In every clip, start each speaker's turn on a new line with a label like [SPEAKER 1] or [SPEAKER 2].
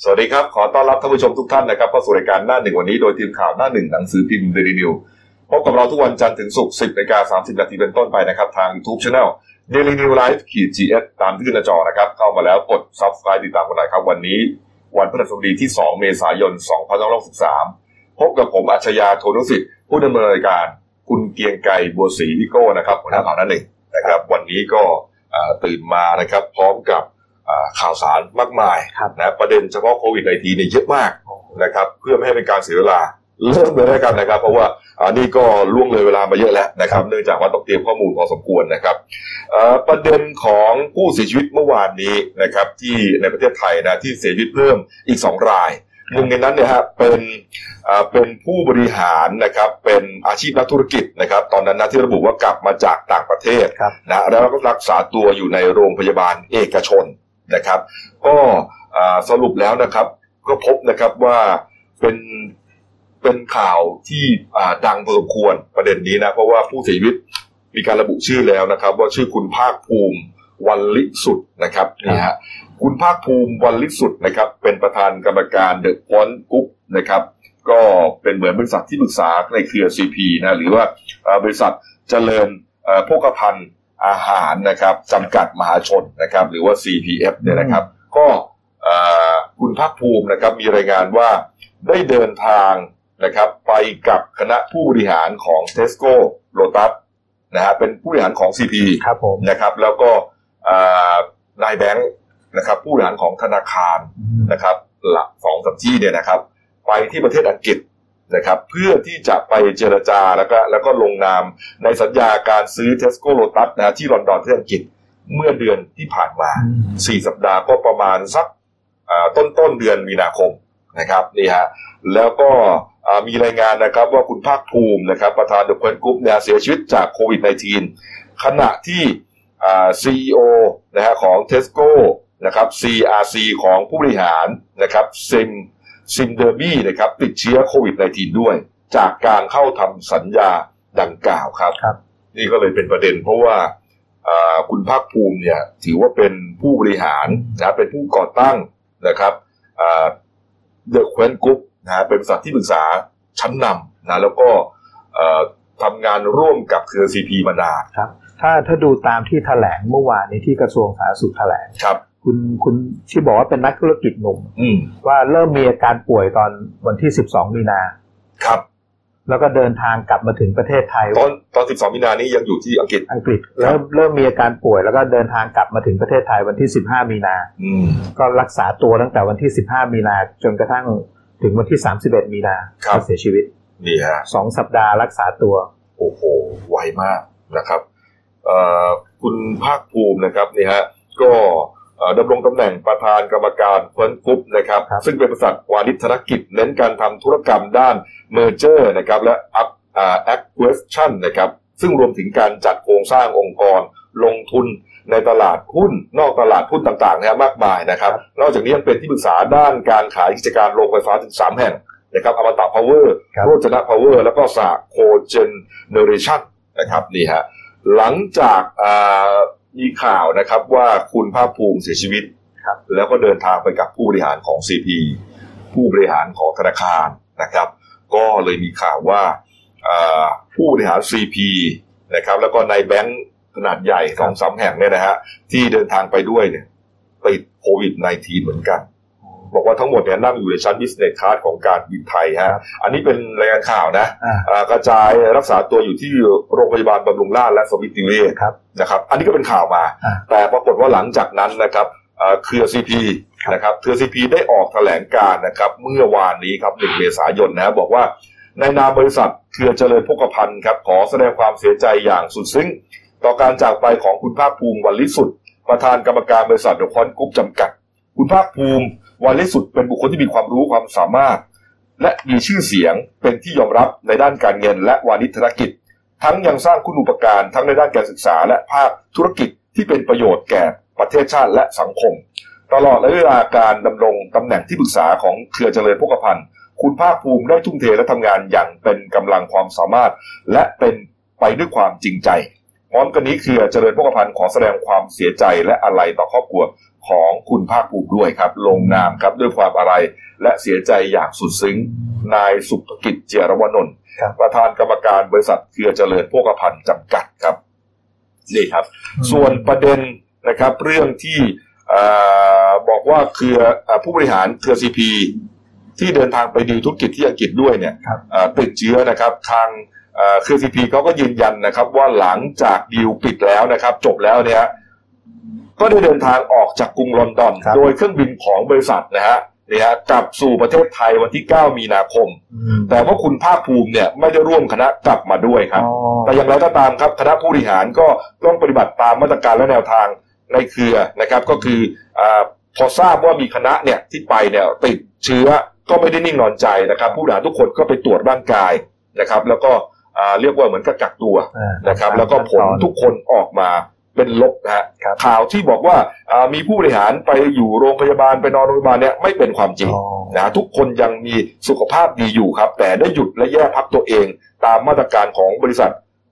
[SPEAKER 1] สวัสดีครับขอต้อนรับท่านผู้ชมทุกท่านนะครับเข้าสู่รายการหน้าหนึ่งวันนี้โดยทีมข่าวหน้าหนึ่งหนังสือพิมพ์ Daily News พบกับเราทุกวันจันทร์ถึงศุกร์ 10:30 น.เป็นต้นไปนะครับทาง YouTube Channel Daily News Live-GS ตามที่ขึ้นหน้าจอนะครับเข้ามาแล้วกด Subscribe ติดตามกันหน่อยครับวันนี้วันพฤหัสบดีที่2เมษายน2563พบกับผมอัจฉริยะ โทนุสิทธิ์ผู้ดำเนินรายการคุณเกียงไกรบัวศรีพี่โก้นะครับหัวหน้าข่าวหน้าหนึ่งนะครับวันนี้ก็ตื่นมานะครับพร้อมกับข่าวสารมากมายนะประเด็นเฉพาะโควิด-19 เนี่ยเยอะมากนะครับเพื่อไม่ให้เป็นการเสียเวลาเริ่มเลยแล้วกันนะครับเพราะว่านี่ก็ล่วงเลยเวลามาเยอะแล้วนะครับเนื่องจากว่าต้องเตรียมข้อมูลพอสมควรนะครับประเด็นของผู้เสียชีวิตเมื่อวานนี้นะครับที่ในประเทศไทยนะที่เสียชีวิตเพิ่มอีก2รายหนึ่งในนั้นเนี่ยฮะเป็นผู้บริหารนะครับเป็นอาชีพนักธุรกิจนะครับตอนนั้นนะที่ระบุว่ากลับมาจากต่างประเทศนะแล้วก็รักษาตัวอยู่ในโรงพยาบาลเอกชนนะครับก็สรุปแล้วนะครับก็พบนะครับว่าเป็นข่าวที่ดังพอสมควรประเด็นนี้นะเพราะว่าผู้เสียชีวิตมีการระบุชื่อแล้วนะครับว่าชื่อคุณภาคภูมิวรรลิสุทธิ์นะครับนี่ฮะคุณภาคภูมิวรรลิสุทธิ์นะครับเป็นประธานกรรมการเดอะพอนต์กรุ๊ปนะครับก็เป็นเหมือนบริษัทที่ปรึกษาในเครือ CP นะหรือว่าบริษัทเจริญโภคภัณฑ์อาหารนะครับจำกัดมหาชนนะครับหรือว่า CPF เนี่ยนะครับก็คุณภาคภูมินะครับมีรายงานว่าได้เดินทางนะครับไปกับคณะผู้บริหารของ Tesco Lotus นะฮะเป็นผู้บริหารของ CP
[SPEAKER 2] ครับผม
[SPEAKER 1] นะครับแล้วก็นายแบงค์นะครับผู้บริหารของธนาคารนะครับหลัก 2-3 ที่เนี่ยนะครับไปที่ประเทศอังกฤษนะครับเพื่อที่จะไปเจรจาแล้วก็ลงนามในสัญญาการซื้อ Tesco Lotus นะที่ลอนดอนที่อังกฤษเมื่อเดือนที่ผ่านมา4 สัปดาห์ก็ประมาณสักต้นเดือนมีนาคมนะครับนี่ฮะแล้วก็มีรายงานนะครับว่าคุณภาคภูมินะครับประธานเดอะพอนต์กรุ๊ปเนี่ยเสียชีวิตจากโควิด-19 ขณะที่CEO นะฮะของ Tesco นะครับ CRC ของผู้บริหารนะครับซิมเดอร์บี้นะครับติดเชื้อโควิด-19 ด้วยจากการเข้าทำสัญญาดังกล่าวครับนี่ก็เลยเป็นประเด็นเพราะว่าคุณภาคภูมิเนี่ยถือว่าเป็นผู้บริหารนะเป็นผู้ก่อตั้งนะครับThe Quant Group นะเป็นบริษัทที่ปรึกษาชั้นนำนะแล้วก็ทำงานร่วมกับเครือ CP มานาน
[SPEAKER 2] ครับถ้าดูตามที่แถลงเมื่อวานนี้ที่กระทรวงสาธารณสุขแถลง
[SPEAKER 1] ครับ
[SPEAKER 2] คุณที่บอกว่าเป็นนักธุรกิจหนุ่มว่าเริ่มมีอาการป่วยตอนวันที่12 มีนา
[SPEAKER 1] ครับ
[SPEAKER 2] แล้วก็เดินทางกลับมาถึงประเทศไทย
[SPEAKER 1] ตอน12 มีนานี้ยังอยู่ที่อังกฤษ
[SPEAKER 2] แล้วเริ่มมีอาการป่วยแล้วก็เดินทางกลับมาถึงประเทศไทยวันที่15 มีนาก็รักษาตัวตั้งแต่วันที่15 มีนาจนกระทั่งถึงวันที่31 มีนาก็เสียชีวิต
[SPEAKER 1] นี่ฮะ
[SPEAKER 2] 2 สัปดาห์รักษาตัว
[SPEAKER 1] โอ้โหไวมากนะครับคุณภาคภูมินะครับนี่ฮะก็ดำรงตำแหน่งประธานกรรมการพอนต์กรุ๊ปนะครับซึ่งเป็นบริษัทวานิชธนกิจเน้นการทำธุรกรรมด้านเมอร์เจอร์นะครับและacquisition นะครับซึ่งรวมถึงการจัดโครงสร้างองค์กรลงทุนในตลาดหุ้นนอกตลาดหุ้นต่างๆนะมากมายนะครับนอกจากนี้ยังเป็นที่ปรึกษาด้านการขายกิจการโรงไฟฟ้าถึง3 แห่งนะครับอมตะพาวเวอร์โรจนะพาวเวอร์แล้วก็สาโคเจเนเรชั่นนะครับนี่ฮะหลังจากมีข่าวนะครับว่าคุณภาคภูมิเสียชีวิตแล้วก็เดินทางไปกับผู้บริหารของ CP ผู้บริหารของธนาคารนะครับก็เลยมีข่าวว่าผู้บริหาร CP นะครับแล้วก็นายแบงค์ขนาดใหญ่ 2-3 แห่งเนี่ยนะฮะที่เดินทางไปด้วยเนี่ยติดโควิด-19 เหมือนกันบอกว่าทั้งหมดเนี่ยนั่งอยู่ในชั้น business class ของการบินไทยฮะอันนี้เป็นรายงานข่าวนะกระจายรักษาตัวอยู่ที่โรงพยาบาลบำรุงราษฎร์และสมิติเวชนะครับอันนี้ก็เป็นข่าวมาแต่ปรากฏว่าหลังจากนั้นนะครับเครือ CP นะครับเครือ CP ได้ออกแถลงการณ์นะครับเมื่อวานนี้ครับ1 เมษายนนะบอกว่าในนามบริษัทเครือเจริญโภคภัณฑ์ครับขอแสดงความเสียใจอย่างสุดซึ้งต่อการจากไปของคุณภาคภูมิวรรลิสุทธิ์ประธานกรรมการบริษัทเดอะพอนต์กรุ๊ปจำกัดคุณภาคภูมิวรรลิสุทธิ์เป็นบุคคลที่มีความรู้ความสามารถและมีชื่อเสียงเป็นที่ยอมรับในด้านการเงินและวานิชธุรกิจทั้งยังสร้างคุณูปการทั้งในด้านการศึกษาและภาคธุรกิจที่เป็นประโยชน์แก่ประเทศชาติและสังคมตลอดระยะเวลาการดำรงตำแหน่งที่ปรึกษาของเครือเจริญโภคภัณฑ์คุณภาคภูมิได้ทุ่มเทและทำงานอย่างเป็นกำลังความสามารถและเป็นไปด้วยความจริงใจผร้อมกันนี้เครือเจริญโภคภัณฑ์ขอแสดงความเสียใจและอาลัยต่อครอบครัวของคุณภาคภูมิด้วยครับลงนามครับด้วยความอาลัยและเสียใจอย่างสุดซึ้งนายสุภกิจเจียรวนนท์ประธานกรรมการบริษัทเครือเจริญโภคภัณฑ์จำกัดครับนี่ครับส่วนประเด็นนะครับเรื่องที่บอกว่าเครือผู้บริหารเครือ CP ที่เดินทางไปดีลธุรกิจที่อังกฤษด้วยเนี่ยติดเชื้อนะครับทางเครือ CP เขาก็ยืนยันนะครับว่าหลังจากดีลปิดแล้วนะครับจบแล้วเนี่ยก็ได้เดินทางออกจากกรุงลอนดอนโดยเครื่องบินของบริษัทนะฮะกลับสู่ประเทศไทยวันที่9มีนาคมแต่ว่าคุณภาคภูมิเนี่ยไม่ได้ร่วมคณะกลับมาด้วยครับแต่อย่างไรก็ตามครับคณะผู้บริหารก็ต้องปฏิบัติตามมาตรการและแนวทางในเครือนะครับก็คือพอทราบว่ามีคณะเนี่ยที่ไปเนี่ยติดเชื้อก็ไม่ได้นิ่งนอนใจนะครับผู้บริหารทุกคนก็ไปตรวจร่างกายนะครับแล้วก็เรียกว่าเหมือนกับกักตัวนะครับแล้วก็ผลทุกคนออกมาเป็นลบนะฮะข่าวที่บอกว่ามีผู้บริหารไปอยู่โรงพยาบาลไปนอนโรงพยาบาลเนี่ยไม่เป็นความจริงนะทุกคนยังมีสุขภาพดีอยู่ครับแต่ได้หยุดและแยกพักตัวเองตามมาตรการของบริษัท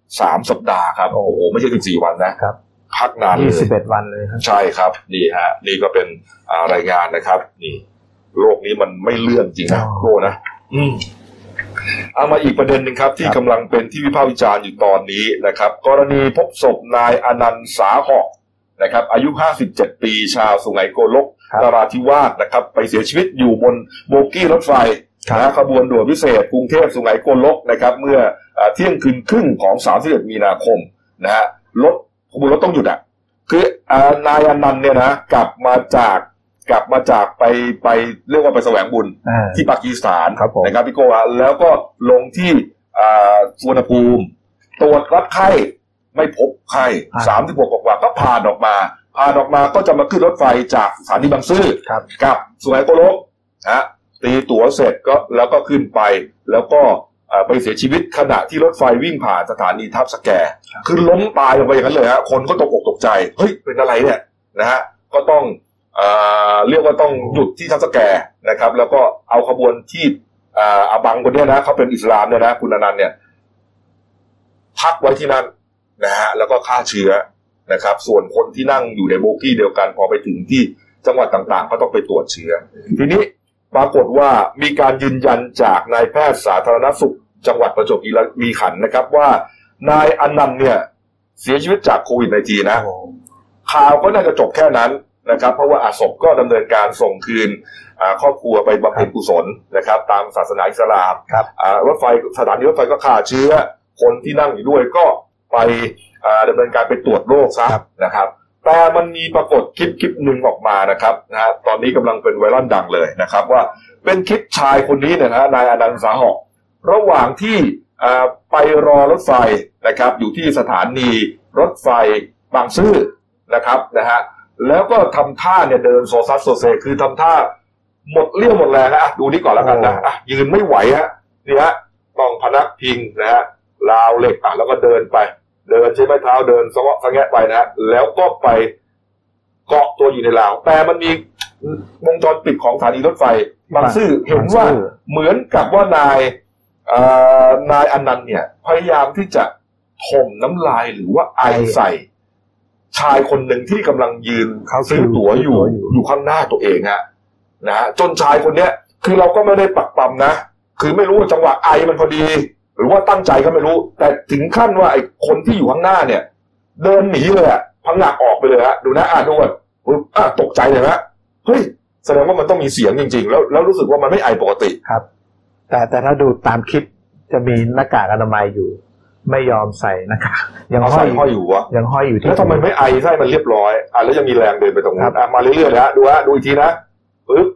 [SPEAKER 1] 3สัปดาห์ครับโอ้โหไม่ใช่14วันนะครับพักนานเลย
[SPEAKER 2] 21วันเลยครับ
[SPEAKER 1] ใช่ครับนี่ฮะนี่ก็เป็นรายงานนะครับนี่โลกนี้มันไม่เลื่อนจริงนะโลกนะเอามาอีกประเด็นหนึ่งครับที่กำลังเป็นที่วิพากษ์วิจารณ์อยู่ตอนนี้นะครับกรณีพบศพนายอนันต์สาหอกนะครับอายุ57ปีชาวสุไหงโกลกนราธิวาสนะครับไปเสียชีวิตอยู่บนโบกี้รถไฟนะขบวนด่วนพิเศษกรุงเทพสุไหงโกลกนะครับเมื่อเที่ยงคืนครึ่งของ31มีนาคมนะฮะขบวนรถต้องหยุดคือนายอนันต์เนี่ยนะกลับมาจากไปเรียกว่าไปแสวงบุญที่ปากีสถานนะครับพี่โกะแล้วก็ลงที่สุวรรณภูมิตรวจวัดไข้ไม่พบไข้36กว่าก็ผ่านออกมาก็จะมาขึ้นรถไฟจากสถานีบางซื่อกับสุไหงโกลกตีตั๋วเสร็จก็แล้วก็ขึ้นไปแล้วก็ไปเสียชีวิตขณะที่รถไฟวิ่งผ่านสถานีทับสแกคือล้มตายลงไปอย่างนั้นเลยฮะคนก็ตกอกตกใจเฮ้ยเป็นอะไรเนี่ยนะฮะก็ต้องเรียกว่าต้องหยุดที่ทับสแกนะครับแล้วก็เอาขบวนที่อาบังคนนี้นะเขาเป็นอิสลามเนี่ยนะคุณอนันต์เนี่ยพักไว้ที่นั่นนะฮะแล้วก็ฆ่าเชื้อนะครับส่วนคนที่นั่งอยู่ในโบกี้เดียวกันพอไปถึงที่จังหวัดต่างๆก็ต้องไปตรวจเชื้อทีนี้ปรากฏว่ามีการยืนยันจากนายแพทย์สาธารณสุขจังหวัดประจวบคีรีขันธ์นะครับว่านายอนันต์เนี่ยเสียชีวิตจากโควิด-19 นะข่าวก็น่าจะจบแค่นั้นนะครับเพราะว่าศพก็ดำเนินการส่งคืนครอบครัวไปบำเพ็ญกุศลนะครับตามศาสนาอิสลามรถไฟสถานีรถไฟก็ฆ่าเชื้อคนที่นั่งอยู่ด้วยก็ไปดำเนินการไปตรวจโรคซะนะครับแต่มันมีปรากฏคลิปหนึ่งออกมานะครับนะฮะตอนนี้กำลังเป็นไวรัลดังเลยนะครับว่าเป็นคลิปชายคนนี้เนี่ยนะนายอนันต์สาหอกระหว่างที่ไปรอรถไฟนะครับอยู่ที่สถานีรถไฟบางซื่อนะครับนะฮะแล้วก็ทำท่าเนี่ยเดินโซซัสโซเซคือทำท่าหมดเรี่ยวหมดแรงนะดูนี่ก่อนแล้วกันนะยืนไม่ไหวฮะนี่ฮะต้องพนักพิงนะฮะราวเหล็กแล้วก็เดินไปเดินใช้ไม้เท้าเดินสะแงะไปนะแล้วก็ไปเกาะตัวอยู่ในราวแต่มันมีวงจรปิดของสถานีรถไฟบางซื่อเห็นว่าเหมือนกับว่านายอนันต์เนี่ยพยายามที่จะถมน้ำลายหรือว่าไอใส่ชายคนหนึ่งที่กำลังยืนซื้อตั๋วอยู่ข้างหน้าตัวเองนะฮะจนชายคนเนี้ยคือเราก็ไม่ได้ปักปั๊มนะคือไม่รู้ว่าจังหวะไอมันพอดีหรือว่าตั้งใจก็ไม่รู้แต่ถึงขั้นว่าไอ้คนที่อยู่ข้างหน้าเนี่ยเดินหนีเลยพังงะออกไปเลยดูนะดูว่าตกใจเลยนะเฮ้ยแสดงว่ามันต้องมีเสียงจริงๆแล้วรู้สึกว่ามันไม่ไอปกติ
[SPEAKER 2] ครับแต่ถ้าดูตามคลิปจะมีหน้ากากอนามัยอยู่ไม่ยอมใส่นะครับ
[SPEAKER 1] ยังห้อยอยู่วะ
[SPEAKER 2] ยังห้อยอยู่ที่
[SPEAKER 1] แล้วทำไมไม่ไอใส่มันเรียบร้อยแล้วยังมีแรงเดินไปตรงนั้นมาเรื่อยๆนะดูอีกทีนะปึ๊บ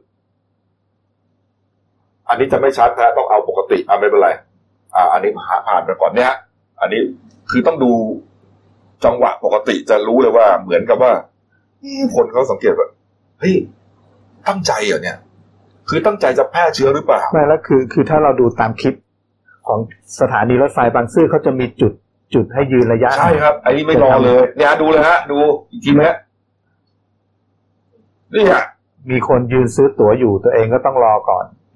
[SPEAKER 1] อันนี้จะไม่ชัดนะต้องเอาปกติไม่เป็นไรอันนี้ผ่านไปก่อนเนี่ยอันนี้คือต้องดูจังหวะปกติจะรู้เลยว่าเหมือนกับว่าคนเขาสังเกตว่าเฮ้ยตั้งใจเหรอเนี่ยคือตั้งใจจะแพร่เชื้อหรือเปล่า
[SPEAKER 2] ไม่แล้วคือถ้าเราดูตามคลิปของสถานีรถไฟบางซื่อเขาจะมีจุดให้ยืนระยะ
[SPEAKER 1] ใช่ครับอันนี้ไม่รอเลยเนี่ยดูเลยฮะดูอีกทีนะนี่
[SPEAKER 2] มีคนยืนซื้อตั๋วอยู่ตัวเองก็ต้องรอก่อน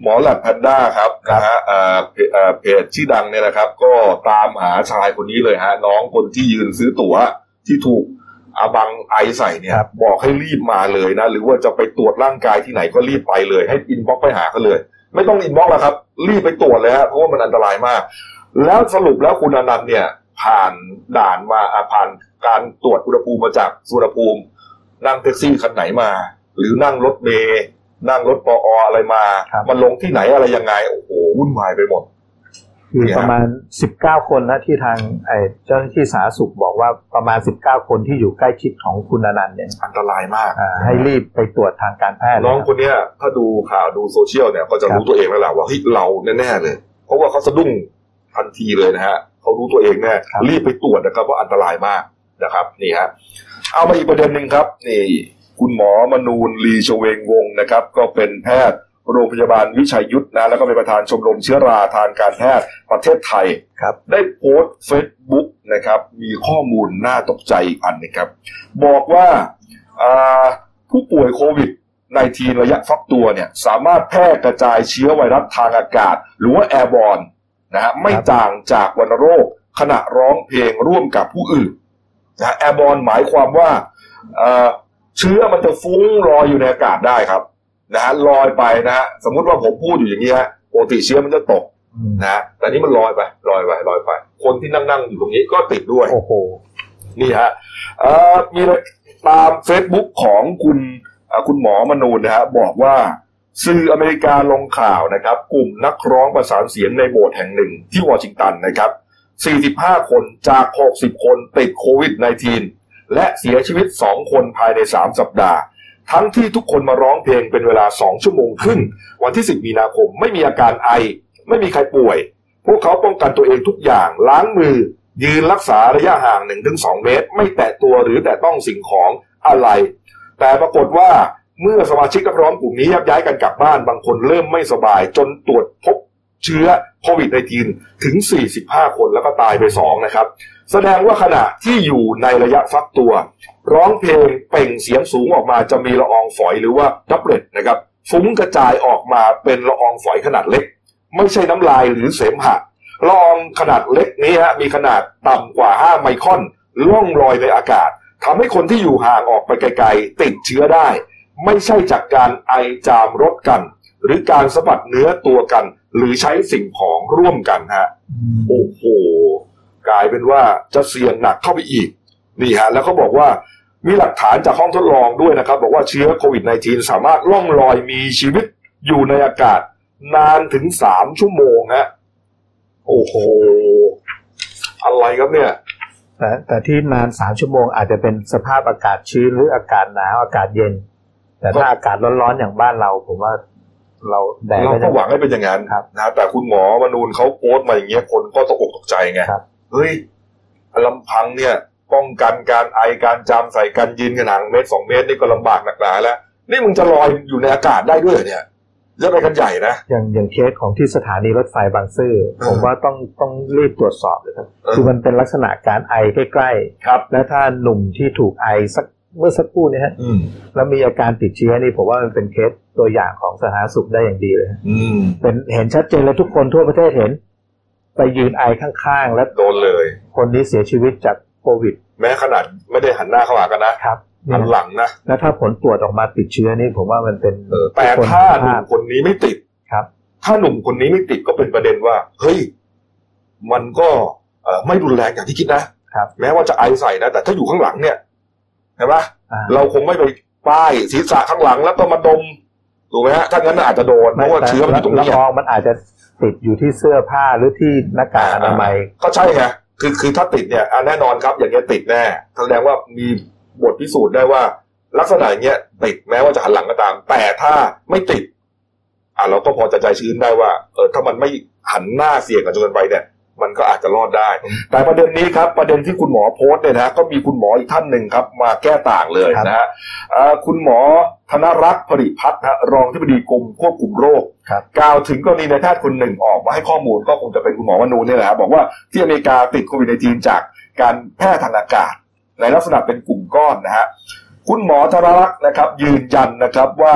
[SPEAKER 1] หมอแลบแพนด้าครับนะฮะเพจชื่อดังเนี่ยนะครับก็ตามหาชายคนนี้เลยฮะน้องคนที่ยืนซื้อตั๋วที่ถูกอาบังไอใส่เนี่ยบอกให้รีบมาเลยนะหรือว่าจะไปตรวจร่างกายที่ไหนก็รีบไปเลยให้อินบ็อกซ์ไปหาเขาเลยไม่ต้องอินบ็อกซ์แล้วครับรีบไปตรวจเลยฮะเพราะว่ามันอันตรายมากแล้วสรุปแล้วคุณอนันต์เนี่ยผ่านด่านมาผ่านการตรวจอุณหภูมิมาจากสุวรรณภูมินั่งแท็กซี่คันไหนมาหรือนั่งรถเมล์นั่งรถปออะไรมามันลงที่ไหนอะไรยังไงโอ้โหวุ่นวายไปหมด
[SPEAKER 2] คือประมาณ19คนนะที่ทางเจ้าหน้าที่สาธารณสุขบอกว่าประมาณ19คนที่อยู่ใกล้ชิดของคุณอนันต์เนี่ย
[SPEAKER 1] อันตรายมาก
[SPEAKER 2] ให้รีบไปตรวจทางการแพทย์
[SPEAKER 1] น้องคนนี้ถ้าดูข่าวดูโซเชียลเนี่ยก็จะรู้ตัวเองแล้วแหละว่าเฮ้ยเราแน่ๆเลยเพราะว่าเขาสะดุ้งทันทีเลยนะฮะเขารู้ตัวเองแน่รีบไปตรวจนะครับว่าอันตรายมากนะครับนี่ฮะเอามาอีกประเด็นนึงครับนี่คุณหมอมนูนลีชเวงวงศ์นะครับก็เป็นแพทย์โรงพยาบาลวิชัยยุทธนะแล้วก็เป็นประธานชมรมเชื้อราทางการแพทย์ประเทศไทยได้โพสต์ Facebook นะครับมีข้อมูลน่าตกใจอีกอันนึงครับบอกว่าผู้ป่วยโควิด-19 ระยะฟักตัวเนี่ยสามารถแพร่กระจายเชื้อไวรัสทางอากาศหรือว่าแอร์บอร์นนะฮะไม่ต่างจากวัณโรคขณะร้องเพลงร่วมกับผู้อื่นนะแอร์บอร์นหมายความว่าเชื้อมันจะฟุ้งลอยอยู่ในอากาศได้ครับนะฮะลอยไปนะฮะสมมุติว่าผมพูดอยู่อย่างนี้ฮะปกติเชื้อมันจะตกนะแต่นี่มันลอยไปคนที่นั่งอยู่ตรงนี้ก็ติดด้วยโอ้โหนี่ฮะมีตาม Facebook ของคุณหมอมนูนนะฮะบอกว่าสื่ออเมริกาลงข่าวนะครับกลุ่มนักร้องประสานเสียงในโบสถ์แห่งหนึ่งที่วอชิงตันนะครับ45คนจาก60คนติดโควิด-19 และเสียชีวิต2คนภายใน3สัปดาห์ทั้งที่ทุกคนมาร้องเพลงเป็นเวลา2ชั่วโมงครึ่งวันที่10มีนาคมไม่มีอาการไอไม่มีใครป่วยพวกเขาป้องกันตัวเองทุกอย่างล้างมือยืนรักษาระยะห่าง 1-2 เมตรไม่แตะตัวหรือแตะต้องสิ่งของอะไรแต่ปรากฏว่าเมื่อสมาชิกนักร้องกลุ่มนี้ยักย้ายกันกลับบ้านบางคนเริ่มไม่สบายจนตรวจพบเชื้อโควิด-19 ถึง45คนแล้วก็ตายไป2นะครับแสดงว่าขณะที่อยู่ในระยะฟักตัวร้องเพลงเปล่งเสียงสูงออกมาจะมีละอองฝอยหรือว่าดรอปเลตนะครับฟุ้งกระจายออกมาเป็นละอองฝอยขนาดเล็กไม่ใช่น้ำลายหรือเสมหะละอองขนาดเล็กนี้ฮะมีขนาดต่ำกว่า5ไมครอนล่องลอยในอากาศทำให้คนที่อยู่ห่างออกไปไกลๆติดเชื้อได้ไม่ใช่จากการไอจามรดกันหรือการสัมผัสเนื้อตัวกันหรือใช้สิ่งของร่วมกันฮะโอ้โหกลายเป็นว่าจะเสี่ยงหนักเข้าไปอีกนี่ฮะแล้วเขาบอกว่ามีหลักฐานจากห้องทดลองด้วยนะครับบอกว่าเชื้อโควิด-19 สามารถล่องลอยมีชีวิตอยู่ในอากาศนานถึง3ชั่วโมงฮะโอ้โหอะไรครับเนี่ย
[SPEAKER 2] แต่ที่นาน3ชั่วโมงอาจจะเป็นสภาพอากาศชื้นหรืออากาศหนาวอากาศเย็นแต่ถ้าอากาศร้อนๆอย่างบ้านเราผมว่าเรา
[SPEAKER 1] ก็หวังให้เป็นอย่างนั้นนะแต่คุณหมอมนูนเขาโพสต์มาอย่างเงี้ยคนก็ตกอกตกใจไงเฮ้ยลำพังเนี่ยป้องกันการไอการจามใส่กันยืนกันห่าง1-2 เมตรนี่ก็ลำบากหนักหนาแล้วนี่มึงจะลอยอยู่ในอากาศได้ด้วยเนี่ยจะไปกันใหญ่นะ
[SPEAKER 2] อย่างเคสของที่สถานีรถไฟบางซื่อผมว่าต้องรีบตรวจสอบเลยครับคือมันเป็นลักษณะการไอใกล้ๆครับและถ้าหนุ่มที่ถูกไอเมื่อสักครู่เนี่ยฮะแล้วมีอาการติดเชื้อนี่ผมว่ามันเป็นเคสตัวอย่างของสาธารณสุขได้อย่างดีเลยเป็นเห็นชัดเจนเลยทุกคนทั่วประเทศเห็นไปยืนไอข้างๆแล้ว
[SPEAKER 1] โดนเลย
[SPEAKER 2] คนนี้เสียชีวิตจากโควิด
[SPEAKER 1] แม้ขนาดไม่ได้หันหน้าเข้าหากันนะครับหันหลังนะ
[SPEAKER 2] แล้วถ้าผลตรวจออกมาติดเชื้อนี่ผมว่ามันเป็น
[SPEAKER 1] แต่ถ้าหนุ่มคนนี้ไม่ติดครับถ้าหนุ่มคนนี้ไม่ติดก็เป็นประเด็นว่าเฮ้ยมันก็ไม่รุนแรงอย่างที่คิดนะครับแม้ว่าจะไอใส่นะแต่ถ้าอยู่ข้างหลังเนี่ยเห็นไหมเราคงไม่ไปป้ายศีรษะข้างหลังแล้วก็มาดมถูกไหมฮะถ้างั้นอาจจะโดนเพราะว่าเชื้อมันอยู่ตรงนี้
[SPEAKER 2] ละอองมันอาจจะติดอยู่ที่เสื้อผ้าหรือที่หน้ากากอนามัย
[SPEAKER 1] ก็ใช่ไงคือถ้าติดเนี่ยแน่นอนครับอย่างเงี้ยติดแน่แสดงว่ามีบทพิสูจน์ได้ว่าลักษณะอย่างเงี้ยติดแม้ว่าจะหันหลังก็ตามแต่ถ้าไม่ติดเราก็พอจะใจชื้นได้ว่าถ้ามันไม่หันหน้าเสี่ยงกันจนเกินไปเนี่ยมันก็อาจจะรอดได้แต่ประเด็นนี้ครับประเด็นที่คุณหมอโพสต์เนี่ยนะก็มีคุณหมออีกท่านหนึ่งครับมาแก้ต่างเลยนะฮะคุณหมอธนรักษ์ผลิพัฒน์รองอธิบดีกรมควบคุมโรคกล่าวถึงกรณีนายแพทย์คนหนึ่งออกมาให้ข้อมูลก็คงจะเป็นคุณหมอมนูนนี่แหละบอกว่าที่อเมริกาติดโควิด-19 จากการแพร่ทางอากาศในลักษณะเป็นกลุ่มก้อนนะฮะคุณหมอธนรักษ์นะครับยืนยันนะครับว่า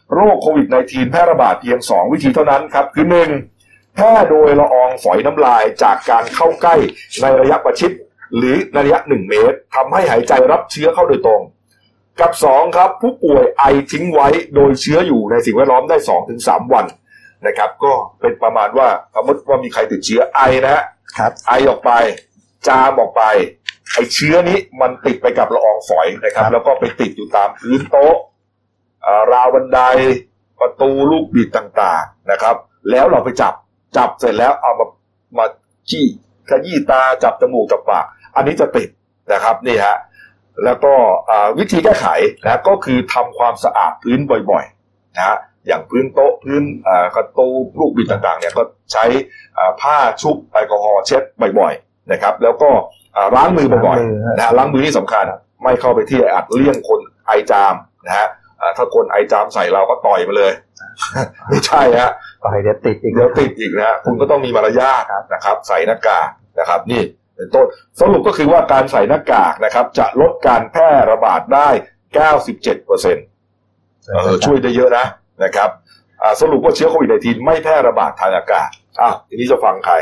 [SPEAKER 1] โรคโควิด -19 แพร่ระบาดเพียง2วิธีเท่านั้นครับคือ1แพร่โดยละอองฝอยน้ำลายจากการเข้าใกล้ในระยะประชิดหรือในระยะ1เมตรทำให้หายใจรับเชื้อเข้าโดยตรงกับ2ครับผู้ป่วยไอทิ้งไว้โดยเชื้ออยู่ในสิ่งแวดล้อมได้ 2-3 วันนะครับก็เป็นประมาณว่าสมมติว่ามีใครติดเชื้อไอนะฮะไอออกไปจามออกไปไอเชื้อนี้มันติดไปกับละอองฝอยนะครับแล้วก็ไปติดอยู่ตามพื้นโต๊ะราวบันไดประตูลูกบิดต่างๆนะครับแล้วเราไปจับเสร็จแล้วเอามาจี้ขยี้ตาจับจมูกจับปากอันนี้จะติดนะครับนี่ฮะแล้วก็วิธีแก้ไขนะก็คือทำความสะอาดพื้นบ่อยๆนะอย่างพื้นโต๊ะพื้นประตูลูกบิดต่างๆเนี่ยก็ใช้ผ้าชุบแอลกอฮอล์เช็ดบ่อยๆนะครับแล้วก็ล้างมือบ่อยๆนะล้างมือนี่สำคัญไม่เข้าไปที่อัดเลี่ยงคนไอจามนะฮะถ้าคนไอจามใส่เราก็ต่อยมาเลย ไม่ใช่ฮะ
[SPEAKER 2] ต่อยเดี๋ยวติด
[SPEAKER 1] อีกนะคุณก็ต้องมีมารยาทนะครับใส่หน้ากากนะครับนี่เป็นต้นสรุปก็คือว่าการใส่หน้ากากนะครับจะลดการแพร่ระบาดได้ 97% ช่วยได้เยอะนะครับสรุปว่าเชื้อโควิด -19 ไม่แพร่ระบาดทางอากาศทีนี้จะฟังใคร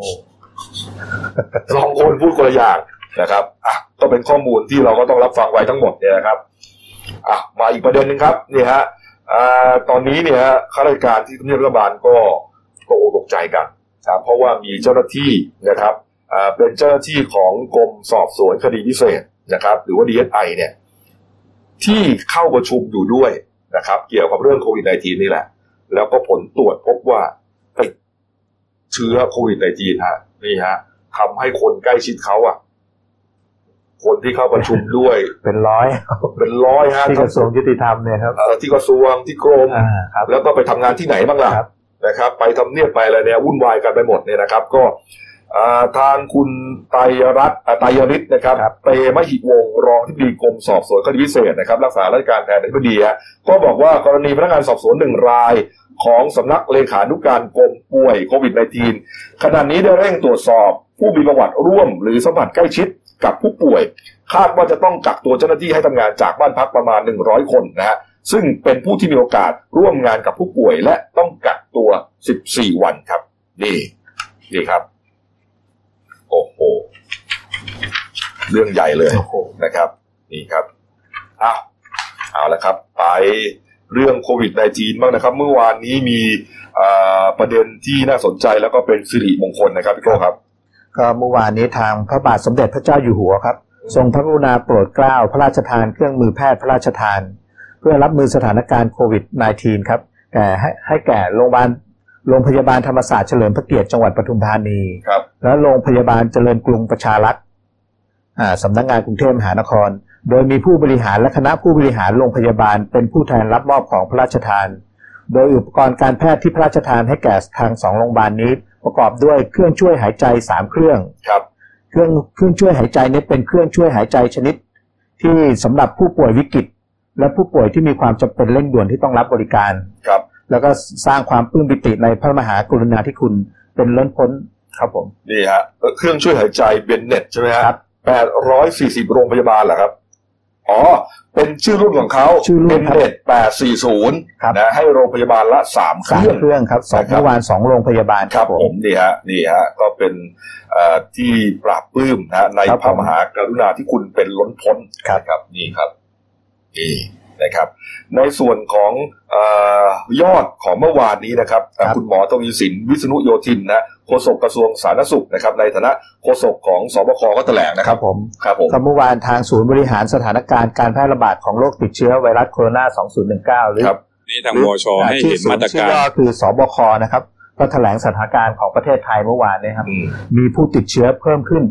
[SPEAKER 1] สองคนพูดคนละอย่างนะครับก็เป็นข้อมูลที่เราก็ต้องรับฟังไว้ทั้งหมดเนี่ยนะครับมาอีกประเด็นนึงครับนี่ฮะตอนนี้เนี่ยข้าราชการที่ทำเนียบรัฐบาลก็ตกใจกันเพราะว่ามีเจ้าหน้าที่นะครับเป็นเจ้าหน้าที่ของกรมสอบสวนคดีพิเศษนะครับหรือว่า DSI เนี่ยที่เข้าประชุมอยู่ด้วยนะครับเกี่ยวกับเรื่องโควิด -19 นี่แหละแล้วก็ผลตรวจพบว่าติดเชื้อโควิด -19 ฮะนี่ฮะทำให้คนใกล้ชิดเขาคนที่เข้าประชุมด้วย
[SPEAKER 2] เป็นร้อย
[SPEAKER 1] ฮะ
[SPEAKER 2] ที่กระทรวงยุติธรรมเนี่ยครับ
[SPEAKER 1] ที่กระทรวงที่กรมแล้วก็ไปทำงานที่ไหนบ้างล่ะนะครับไปทำเนียบไปอะไรเนี่ยวุ่นวายกันไปหมดเนี่ยนะครับก็ทางคุณไตรฤทธิ์นะครับเตมหิวงศ์รองที่ปรึกษากรมสอบสวนคดีพิเศษนะครับรักษาราชการแทนอธิบดีก็บอกว่ากรณีพนักงานสอบสวน1รายของสำนักเลขานุการกรมป่วยโควิด -19 ขณะนี้ได้เร่งตรวจสอบผู้มีประวัติร่วมหรือสัมผัสใกล้ชิดกับผู้ป่วยคาดว่าจะต้องกักตัวเจ้าหน้าที่ให้ทำงานจากบ้านพักประมาณ100คนนะฮะซึ่งเป็นผู้ที่มีโอกาสร่วมงานกับผู้ป่วยและต้องกักตัว14วันครับนี่ครับโอ้โหเรื่องใหญ่เลยนะครับนี่ครับเอาละครับไปเรื่องโควิด -19 บ้างนะครับเมื่อวานนี้มีประเด็นที่น่าสนใจแล้วก็เป็นสิริมงคลนะครับพี่โก้ครับ
[SPEAKER 2] ก็เมื่อวานนี้ทางพระบาทสมเด็จพระเจ้าอยู่หัวครับทรงพระกรุณาโปรดเกล้าพระราชทานเครื่องมือแพทย์พระราชทานเพื่อรับมือสถานการณ์โควิด -19 ครับให้แก่โรงพยาบาลธรรมศาสตร์เฉลิมพระเกียรติจังหวัดปทุมธานีและโรงพยาบาลเจริญกรุงประชารักษ์สำนักงานกรุงเทพมหานครโดยมีผู้บริหารและคณะผู้บริหารโรงพยาบาลเป็นผู้แทนรับมอบของพระราชทานโดยอุปกรณ์การแพทย์ที่พระราชทานให้แก่ทาง2โรงพยาบาลนี้ประกอบด้วยเครื่องช่วยหายใจ3เครื่องเครื่องช่วยหายใจนี้เป็นเครื่องช่วยหายใจชนิดที่สำหรับผู้ป่วยวิกฤตและผู้ป่วยที่มีความจำเป็นเร่งด่วนที่ต้องรับบริการแล้วก็สร้างความปลื้มปิติในพระมหากรุณาธิคุณเป็นล้นพ้นครับผม
[SPEAKER 1] นี่ฮะเครื่องช่วยหายใจเบนเน็ตใช่ไหมครับ840โรงพยาบาลเหรอครับเป็นชื่อรุ่นของเขาเบนเน็ต840นะให้โรงพยาบาลละ3เค
[SPEAKER 2] รื่องครับเมื่อวาน2โรงพยาบาล
[SPEAKER 1] ครับผมนี่ฮะก็เป็นที่ปราบปลื้มนะในพระมหากรุณาธิคุณเป็นล้นพ้นครับนี่ครับนี่นะครับในส่วนของยอดของเมื่อวานนี้นะครับคุณหมอทวีสินวิษณุโยธินนะโฆษกกระทรวงสาธารณสุขนะครับในฐานะโฆษกของสบคก็แถลงนะครับ
[SPEAKER 2] ผมเมื่อวานทางศูนย์บริหารสถานการณ์การแพร่ระบาดของโรคติดเชื้อไวรัสโคโรนา2019หรือ
[SPEAKER 3] นี่ทางวชให้เห็นมาตรการ
[SPEAKER 2] คือสบคนะครับก็แถลงสถานการณ์ของประเทศไทยเมื่อวานนี้ครับมีผู้ติดเชื้อเพิ่มขึ้น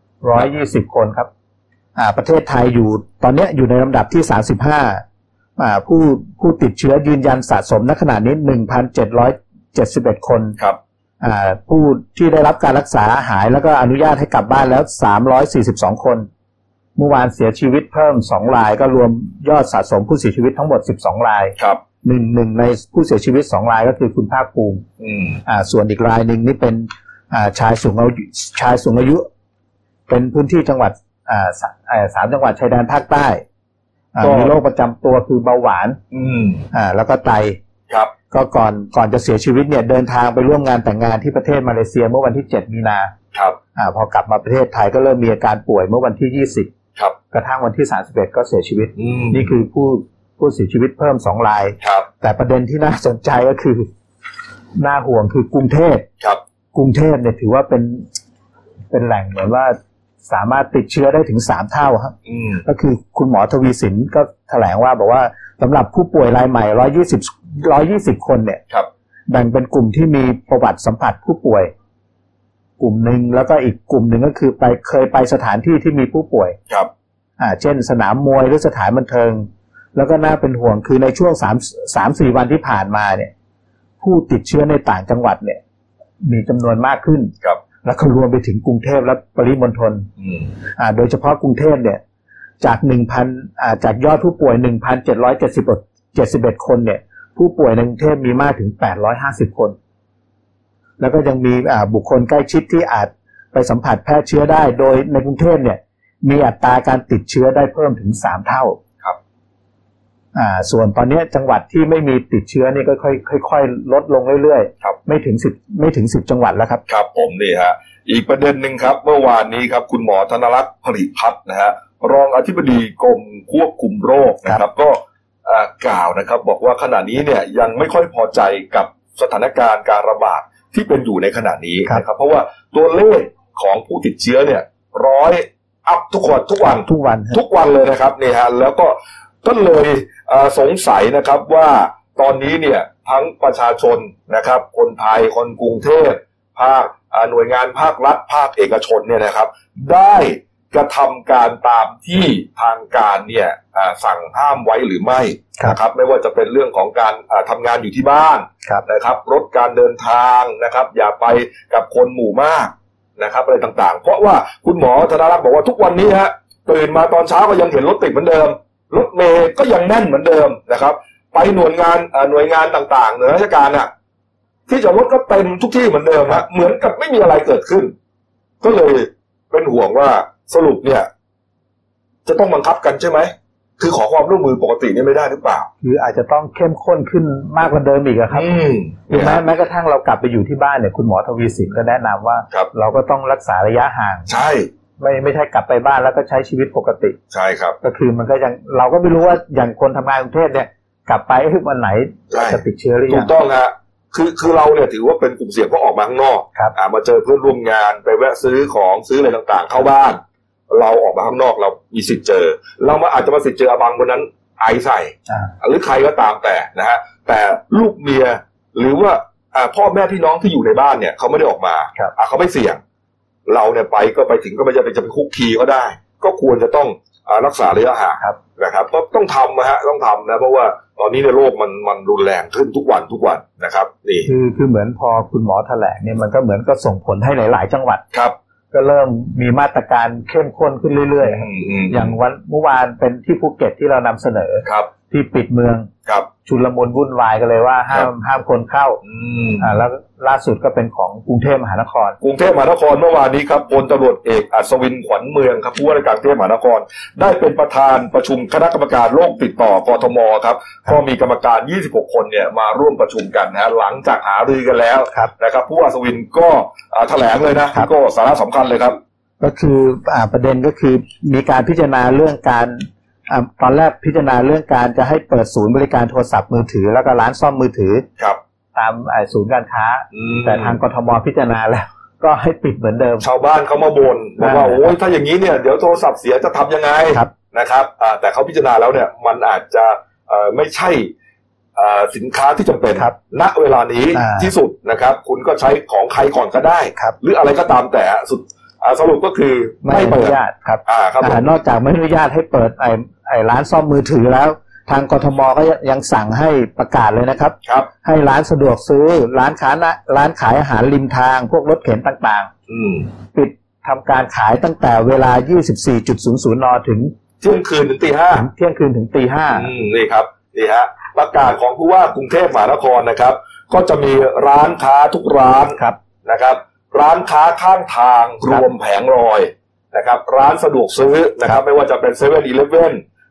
[SPEAKER 2] 120คนครับประเทศไทยอยู่ตอนนี้อยู่ในลำดับที่35ผู้ติดเชื้อยืนยันสะสมณขณะนี้ 1,771 คน
[SPEAKER 1] ครับ
[SPEAKER 2] ผู้ที่ได้รับการรักษาหายแล้วก็อนุญาตให้กลับบ้านแล้ว342คนเมื่อวานเสียชีวิตเพิ่ม2รายก็รวมยอดสะสมผู้เสียชีวิตทั้งหมด12ราย
[SPEAKER 1] ครับ
[SPEAKER 2] หนึ่งในผู้เสียชีวิต2รายก็คือคุณภาคภูมิส่วนอีกรายนึงนี่เป็นชายสูงอายุเป็นพื้นที่จังหวัด3จังหวัดชายแดนภาคใต้มีโรคประจำตัวคือเบาหวานแล้วก็ไต
[SPEAKER 1] ครับ
[SPEAKER 2] ก็ก่อนจะเสียชีวิตเนี่ยเดินทางไปร่วมงานแต่งงานที่ประเทศมาเลเซียเมื่อวันที่7มีนา
[SPEAKER 1] ครับ
[SPEAKER 2] พอกลับมาประเทศไทยก็เริ่มมีอาการป่วยเมื่อวันที่20
[SPEAKER 1] ครับ
[SPEAKER 2] กระทั่งวันที่31ก็เสียชีวิตนี่คือผู้เสียชีวิตเพิ่ม2ราย
[SPEAKER 1] ครับ
[SPEAKER 2] แต่ประเด็นที่น่าสนใจก็คือน่าห่วงคือกรุงเทพ
[SPEAKER 1] ครับ
[SPEAKER 2] กรุงเทพเนี่ยถือว่าเป็นแหล่งเหมือนว่าสามารถติดเชื้อได้ถึง3เท่าครับก็คือคุณหมอทวีสินก็แถลงว่าบอกว่าสำหรับผู้ป่วยรายใหม่120คนเนี่ยแบ่งเป็นกลุ่มที่มีประวัติสัมผัสผู้ป่วยกลุ่มหนึ่งแล้วก็อีกกลุ่มหนึ่งก็คือเคยไปสถานที่ที่มีผู้ป่วย
[SPEAKER 1] ครับ
[SPEAKER 2] เช่นสนามมวยหรือสถานบันเทิงแล้วก็น่าเป็นห่วงคือในช่วง3-4 วันที่ผ่านมาเนี่ยผู้ติดเชื้อในต่างจังหวัดเนี่ยมีจำนวนมากขึ้น
[SPEAKER 1] ครับ
[SPEAKER 2] แล้วก็รวมไปถึงกรุงเทพและปริมณฑลโดยเฉพาะกรุงเทพเนี่ยจากจากยอดผู้ป่วย 1,771 คนเนี่ยผู้ป่วยในกรุงเทพมีมากถึง850คนแล้วก็ยังมีบุคคลใกล้ชิดที่อาจไปสัมผัสแพร่เชื้อได้โดยในกรุงเทพเนี่ยมีอัตราการติดเชื้อได้เพิ่มถึง3เท่า
[SPEAKER 1] ครับ
[SPEAKER 2] ส่วนตอนนี้จังหวัดที่ไม่มีติดเชื้อนี่ก็ค่อยๆลดลงเรื่อย
[SPEAKER 1] ๆครับ
[SPEAKER 2] ไม่ถึง10จังหวัดแล้วครับ
[SPEAKER 1] ครับผมนี่ฮะอีกประเด็นหนึ่งครับเมื่อวานนี้ครับคุณหมอธนรักษ์ผลิพัฒน์นะฮะรองอธิบดีกรมควบคุมโรคนะครับก็กล่าวนะครับบอกว่าขณะนี้เนี่ยยังไม่ค่อยพอใจกับสถานการณ์การระบาดที่เป็นอยู่ในขณะนี้นะครับเพราะว่าตัวเลขของผู้ติดเชื้อเนี่ย100อัพทุกวันเลยนะครับนี่ฮะแล้วก็เลยสงสัยนะครับว่าตอนนี้เนี่ยทั้งประชาชนนะครับคนไทยคนกรุงเทพภาคหน่วยงานภาครัฐภาคเอกชนเนี่ยนะครับได้กระทำการตามที่ทางการเนี่ยสั่งห้ามไว้หรือไม่นะครับไม่ว่าจะเป็นเรื่องของการทำงานอยู่ที่บ้านนะครับลดการเดินทางนะครับอย่าไปกับคนหมู่มากนะครับอะไรต่างๆเพราะว่าคุณหมอธนรักษ์บอกว่าทุกวันนี้ฮะตื่นมาตอนเช้าก็ยังเห็นรถติดเหมือนเดิมรถเมล์ก็ยังแน่นเหมือนเดิมนะครับไปหน่วยงานต่างๆหน่วยราชการที่จอดรถก็เต็มทุกที่เหมือนเดิมฮะเหมือนกับไม่มีอะไรเกิดขึ้นก็เลยเป็นห่วงว่าสรุปเนี่ยจะต้องบังคับกันใช่ไหมคือขอความร่วมมือปกตินี่ไม่ได้หรือเปล่า
[SPEAKER 2] คืออาจจะต้องเข้มข้นขึ้นมากกว่าเดิมอีกครับแม้กระทั่งเรากลับไปอยู่ที่บ้านเนี่ยคุณหมอทวีสินก็แนะนำว่าเราก็ต้องรักษาระยะห่าง
[SPEAKER 1] ใช่
[SPEAKER 2] ไม่ใช่กลับไปบ้านแล้วก็ใช้ชีวิตปกติ
[SPEAKER 1] ใช่ครับ
[SPEAKER 2] ก็คือมันก็ยังเราก็ไม่รู้ว่าอย่างคนทำงานกรุงเทพเนี่ยกลับไปวันไหนจะติดเชื้อหรือยัง
[SPEAKER 1] ถูกต้องฮะคือเราเนี่ยถือว่าเป็นกลุ่มเสี่ยงเพราะออกมาข้างนอกมาเจอเพื่อนร่วมงานไปแวะซื้อของซื้ออะไรต่างๆเข้าบ้านเราออกมาข้างนอกเรามีสิทธิ์เจอเราอาจจะมาสิทธิ์เจอบางคนนั้นไอใส่หรือใครก็ตามแต่นะฮะแต่ลูกเมียหรือว่าพ่อแม่พี่น้องที่อยู่ในบ้านเนี่ยเขาไม่ได้ออกมาเขาไม่เสี่ยงเราเนี่ยก็ไปถึงก็ไม่จำเป็นจะไปคุกคีก็ได้ก็ควรจะต้องรักษาระยะห่างนะครับก็ต้องทำต้องทำนะเพราะว่าตอนนี้ในโลกมันรุนแรงขึ้นทุกวันนะครับนี่
[SPEAKER 2] คือเหมือนพอคุณหมอแถลงเนี่ยมันก็เหมือนก็ส่งผลให้หลายๆจังหวัด
[SPEAKER 1] ครับ
[SPEAKER 2] ก็เริ่มมีมาตรการเข้มข้นขึ้นเรื่อยๆอย่างเมื่อวานเป็นที่ภูเก็ตที่เรานำเสนอที่ปิดเมืองชุลมุนวุ่นวายกันเลยว่าห้ามคนเข้าแล้วล่าสุดก็เป็นของกรุงเทพมหานคร
[SPEAKER 1] เมื่อวานนี้ครับพลตำรวจเอกอัศวินขวัญเมืองครับผู้ว่าราชการกรุงเทพมหานครได้เป็นประธานประชุมคณะกรรมการโรคติดต่อกทมครับก็มีกรรมการ26คนเนี่ยมาร่วมประชุมกันนะหลังจากหารือกันแล้วนะครับผู้ว่าอัศวินก็แถลงเลยนะก็สาระสำคัญเลยครับ
[SPEAKER 2] ก็คือประเด็นก็คือมีการพิจารณาเรื่องการตอนแรกพิจารณาเรื่องการจะให้เปิดศูนย์บริการโทรศัพท์มือถือแล้วก็ร้านซ่อมมือถือตามศูนย์การค้าแต่ทางกทมพิจารณาแล้วก็ให้ปิดเหมือนเดิม
[SPEAKER 1] ชาวบ้านเขามาบ่นบอกว่าโอ้ยถ้าอย่างนี้เนี่ยเดี๋ยวโทรศัพท์เสียจะทำยังไงนะครับแต่เขาพิจารณาแล้วเนี่ยมันอาจจะไม่ใช่สินค้าที่จำเป็นณเวลานี้ที่สุดนะครับคุณก็ใช้ของใครก่อนก็ได้หรืออะไรก็ตามแต่สุดสรุปก็คือ
[SPEAKER 2] ไม่อนุญาตครับนอกจากไม่อนุญาตให้เปิดไอ้ร้านซ่อมมือถือแล้วทางกทมก็ยังสั่งให้ประกาศเลยนะครับให้ร้านสะดวกซื้อร้านขายอาหารริมทางพวกรถเข็นต่างๆปิดทำการขายตั้งแต่เวลา 24.00 น.ถึง
[SPEAKER 1] เที่ยงคืนถึงตี 5
[SPEAKER 2] เที่ยงคืนถึงตี
[SPEAKER 1] 5นี่ครับนี่ฮะประกาศของผู้ว่ากรุงเทพมหานครนะครับก็จะมีร้านค้าทุกร้านนะครับร้านค้าข้างทางรวมแผงลอยนะครับร้านสะดวกซื้อนะครับไม่ว่าจะเป็น 7-Eleven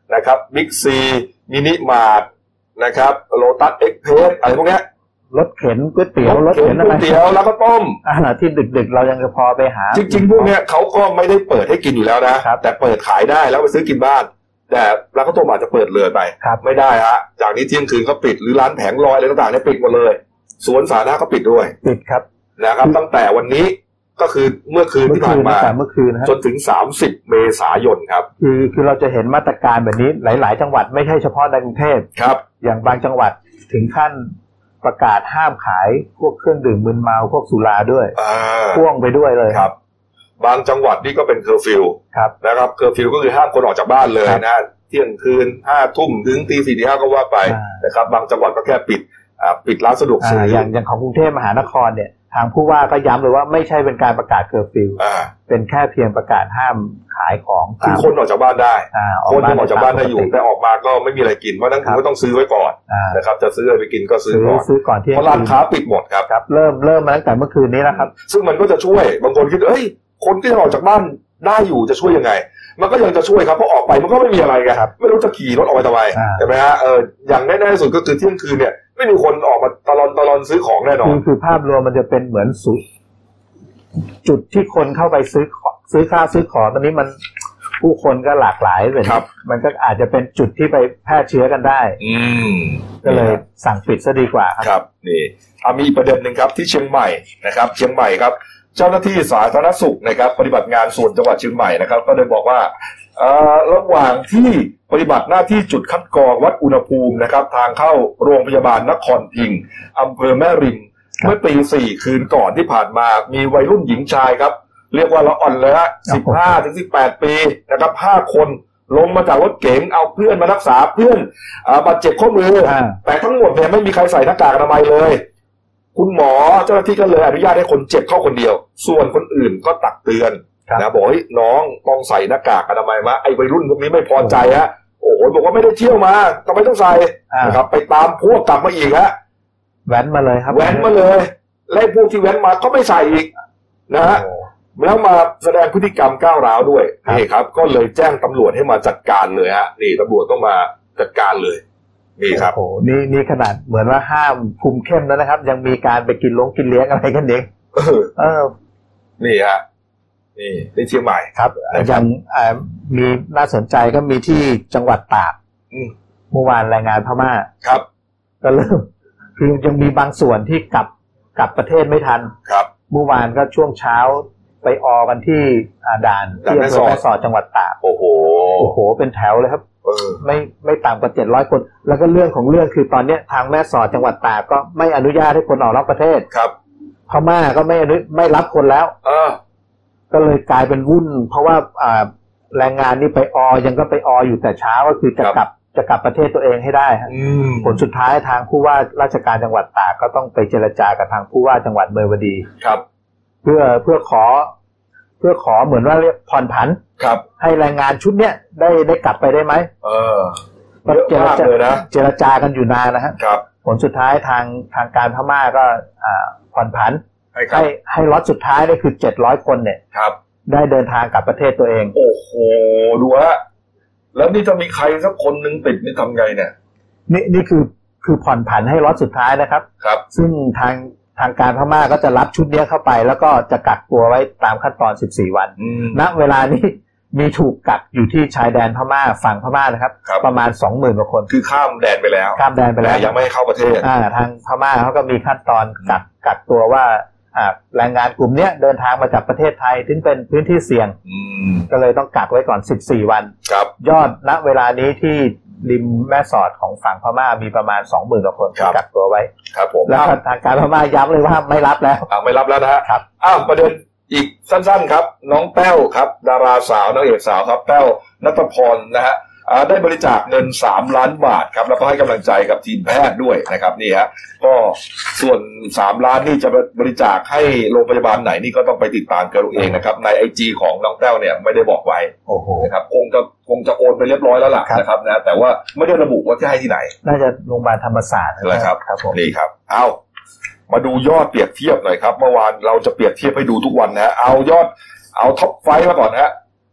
[SPEAKER 1] นะครับบิ๊กซีมินิมาร์ทนะครับโลตัสเอ็กเพรสอะไรพวกเนี้ย
[SPEAKER 2] รถเข็นก๋วยเตี๋ยวรถเข็น
[SPEAKER 1] ก๋วยเตี๋ยวแล้วก็ต้ม
[SPEAKER 2] ที่ดึกๆเรายังจะพอไปหา
[SPEAKER 1] จริงๆพวกเนี้ยเขาก็ไม่ได้เปิดให้กินอยู่แล้วนะแต่เปิดขายได้แล้วไปซื้อกินบ้านแต่ร้านข้าวต้มอาจจะเปิดเลยไปไม่ได้ฮะจากนี้เที่ยงคืนก็ปิดหรือร้านแผงลอยอะไรต่างๆเนี่ยปิดหมดเลยสวนสาธารณะก็ปิดด้วย
[SPEAKER 2] ปิดครับ
[SPEAKER 1] นะครับตั้งแต่วันนี้ก็คือเมื่อคืนที่ผ่านมาจนถึง30 เมษายนครับ
[SPEAKER 2] คือเราจะเห็นมาตรการแบบนี้หลายๆจังหวัดไม่ใช่เฉพาะในกรุงเทพ
[SPEAKER 1] ครับ
[SPEAKER 2] อย่างบางจังหวัดถึงขั้นประกาศห้ามขายพวกเครื่องดื่มมึนเมาพวกสุราด้วยพ่วงไปด้วยเลย
[SPEAKER 1] ครับบางจังหวัดนี่ก็เป็นเคอร์ฟิวนะครับเคอร์ฟิวก็คือห้ามคนออกจากบ้านเลยนะเที่ยงคืน5 ทุ่มถึงตี 4 ตี 5ก็ว่าไปนะครับบางจังหวัดก็แค่ปิดร้านสะดวกซื้อ
[SPEAKER 2] อย่างของกรุงเทพมหานครเนี่ยทางผู้ว่าก็ย้ำเลยว่าไม่ใช่เป็นการประกาศเคอร์ฟิวเป็นแค่เพียงประกาศห้ามขายของ
[SPEAKER 1] คือคนออกจากบ้านได้คนออกจากบ้านได้อยู่แต่ออกมาก็ไม่มีอะไรกินเพราะนั้นคุณก็ต้องซื้อไว้ก่อนนะครับจะซื้ออะไรไปกินก็ซื้อ
[SPEAKER 2] ก่อนที่
[SPEAKER 1] เพราะร้านค้าปิดหมดครับ
[SPEAKER 2] เริ่มมาตั้งแต่เมื่อคืนนี้แล้วครับ
[SPEAKER 1] ซึ่งมันก็จะช่วยบางคนคิดคนที่ออกจากบ้านได้อยู่จะช่วยยังไงมันก็ยังจะช่วยครับเพราะออกไปมันก็ไม่มีอะไรไงไม่รู้จะขี่รถออกไปทำไมใช่ไหมฮะอย่างแน่ๆสุดก็คือเที่ยงคืนเนี่ยไม่มีคนออกมาตลอนซื้อของแน่นอน
[SPEAKER 2] คือภาพรวมมันจะเป็นเหมือนจุดที่คนเข้าไปซื้อข้าวซื้อของตอนนี้มันผู้คนก็หลากหลายเลยมันก็อาจจะเป็นจุดที่ไปแพร่เชื้อกันได้ก็เลยสั่งปิดซะดีกว่า
[SPEAKER 1] ครับนี่มีประเด็นหนึ่งครับที่เชียงใหม่นะครับเชียงใหม่ครับเจ้าหน้าที่สาธารณสุขนะครับปฏิบัติงานส่วนจังหวัดเชียงใหม่นะครับก็ได้บอกว่าระหว่างที่ปฏิบัติหน้าที่จุดคัดกรองวัดอุณหภูมินะครับทางเข้าโรงพยาบาลนครพิงค์อำเภอแม่ริมเมื่อตี 4คืนก่อนที่ผ่านมามีวัยรุ่นหญิงชายครับเรียกว่าละอ่อนเลยฮะ15 ถึง 18 ปีนะครับ5 คนลงมาจากรถเก๋งเอาเพื่อนมารักษาเพื่อนบาดเจ็บข้อมือแต่ทั้งหมดเนี่ยไม่มีใครใส่หน้ากากอนามัยเลยคุณหมอเจ้าหน้าที่ก็เลยอนุญาตให้คนเจ็บเข้าคนเดียวส่วนคนอื่นก็ตักเตือนนะบอกให้น้องต้องใส่หน้ากากอนามัยมาไอ้วัยรุ่นพวกนี้ไม่พอใจฮะโอ้โหบอกว่าไม่ได้เที่ยวมาทำไมต้องใส่นะครับไปตามพวกกลับมาอีกฮะ
[SPEAKER 2] แว้นมาเลยครับ
[SPEAKER 1] แว้นมาเลยและพวกที่แว้นมาก็ไม่ใส่อีกนะฮะแล้วมาแสดงพฤติกรรมก้าวร้าวด้วยนี่ครับก็เลยแจ้งตำรวจให้มาจัดการเลยฮะนี่ตำรวจต้องมาจัดการเลยนี่ครับ
[SPEAKER 2] โอ้นี่ขนาดเหมือนว่าห้ามคุมเข้มแล้วนะครับยังมีการไปกินเลี้ยงอะไรกันเอง
[SPEAKER 1] นี่ฮะนี่ในเชียงใหม่
[SPEAKER 2] ครับยังมีน่าสนใจก็มีที่จังหวัดตากเมื่อวานแรงงานพม่า
[SPEAKER 1] ครับ
[SPEAKER 2] ก็เริ่มคือยังมีบางส่วนที่กลับประเทศไม่ทัน
[SPEAKER 1] ครับ
[SPEAKER 2] เมื่อวานก็ช่วงเช้าไปออกันที่ด่านที่อำเภอแม่สอดจังหวัดตาก
[SPEAKER 1] โอ้โห
[SPEAKER 2] เป็นแถวเลยครับไม่ต่ำกว่า700 คนแล้วก็เรื่องของเรื่องคือตอนนี้ทางแม่สอดจังหวัดตากก็ไม่อนุญาตให้คนออกนอกประเทศ
[SPEAKER 1] ครับ
[SPEAKER 2] พม่าก็ไม่รับคนแล้วก็เลยกลายเป็นวุ่นเพราะว่าแรงงานนี่ไปยังก็ไปอยู่แต่เช้าก็คือจะกลับประเทศตัวเองให้ได้ผลสุดท้ายทางผู้ว่าราชการจังหวัดตากก็ต้องไปเจรจากับทางผู้ว่าจังหวัดเมยวดี
[SPEAKER 1] ครับ
[SPEAKER 2] เพื่อขอเหมือนว่าเรียกผ่อนผันให้แรงงานชุดเนี้ยได้กลับไปได้ไหม
[SPEAKER 1] เยอะมากเลยนะ
[SPEAKER 2] เจรจากันอยู่นานนะฮะผลสุดท้ายทางการพม่าก็ผ่อนผันให้ล็อตสุดท้ายนี่คือ700 คนเนี่ยได้เดินทางกลับประเทศตัวเอง
[SPEAKER 1] โอ้โหดูฮะแล้วนี่จะมีใครสักคนนึงติดนี่ทำไงเนี่ย
[SPEAKER 2] นี่คือผ่อนผันให้ล็อตสุดท้ายนะครับซึ่งทางการพม่าก็จะรับชุดนี้เข้าไปแล้วก็จะกักตัวไว้ตามขั้นตอน14 วันณเวลานี้มีถูกกักอยู่ที่ชายแดนพม่าฝั่งพม่านะครับประมาณ 20,000 กว่าคน
[SPEAKER 1] คือข้ามแดนไปแล้วยังไม่ให้เข้าประเทศ
[SPEAKER 2] ทางพม่าเขาก็มีขั้นตอนกักตัวว่าแรงงานกลุ่มนี้เดินทางมาจากประเทศไทยถึงเป็นพื้นที่เสี่ยงก็เลยต้องกักไว้ก่อน14 วันยอดณเวลานี้ที่ริมแม่สอดของฝั่งพม่ามีประมาณ 20,000 กว่าคนกักตัวไว้
[SPEAKER 1] ครับผม
[SPEAKER 2] แล้วทางการพม่าย้ำเลยว่าไม่รับแล้ว
[SPEAKER 1] ไม่รับแล้วนะฮะประเด็นอีกสั้นๆครับน้องแต้วครับดาราสาวนางเอกสาวครับแต้วณัฐพรนะฮะได้บริจาคเงิน3 ล้านบาทครับแล้วก็ให้กำลังใจกับทีมแพทย์ด้วยนะครับนี่ฮะก็ส่วน3 ล้านนี่จะบริจาคให้โรงพยาบาลไหนนี่ก็ต้องไปติดตามกันเองนะครับใน IG ของน้องแต้วเนี่ยไม่ได้บอกไว้นะครับคงจะโอนไปเรียบร้อยแล้วล่ะนะครับนะแต่ว่าไม่ได้ระบุว่าจะให้ที่ไหน
[SPEAKER 2] น่าจะโรงพยาบาลธรรมศาสตร์
[SPEAKER 1] นะครับนี่ครับมาดูยอดเปรียบเทียบหน่อยครับเมื่อวานเราจะเปรียบเทียบให้ดูทุกวันนะเอาท็อปไฟว์มาก่อนฮะ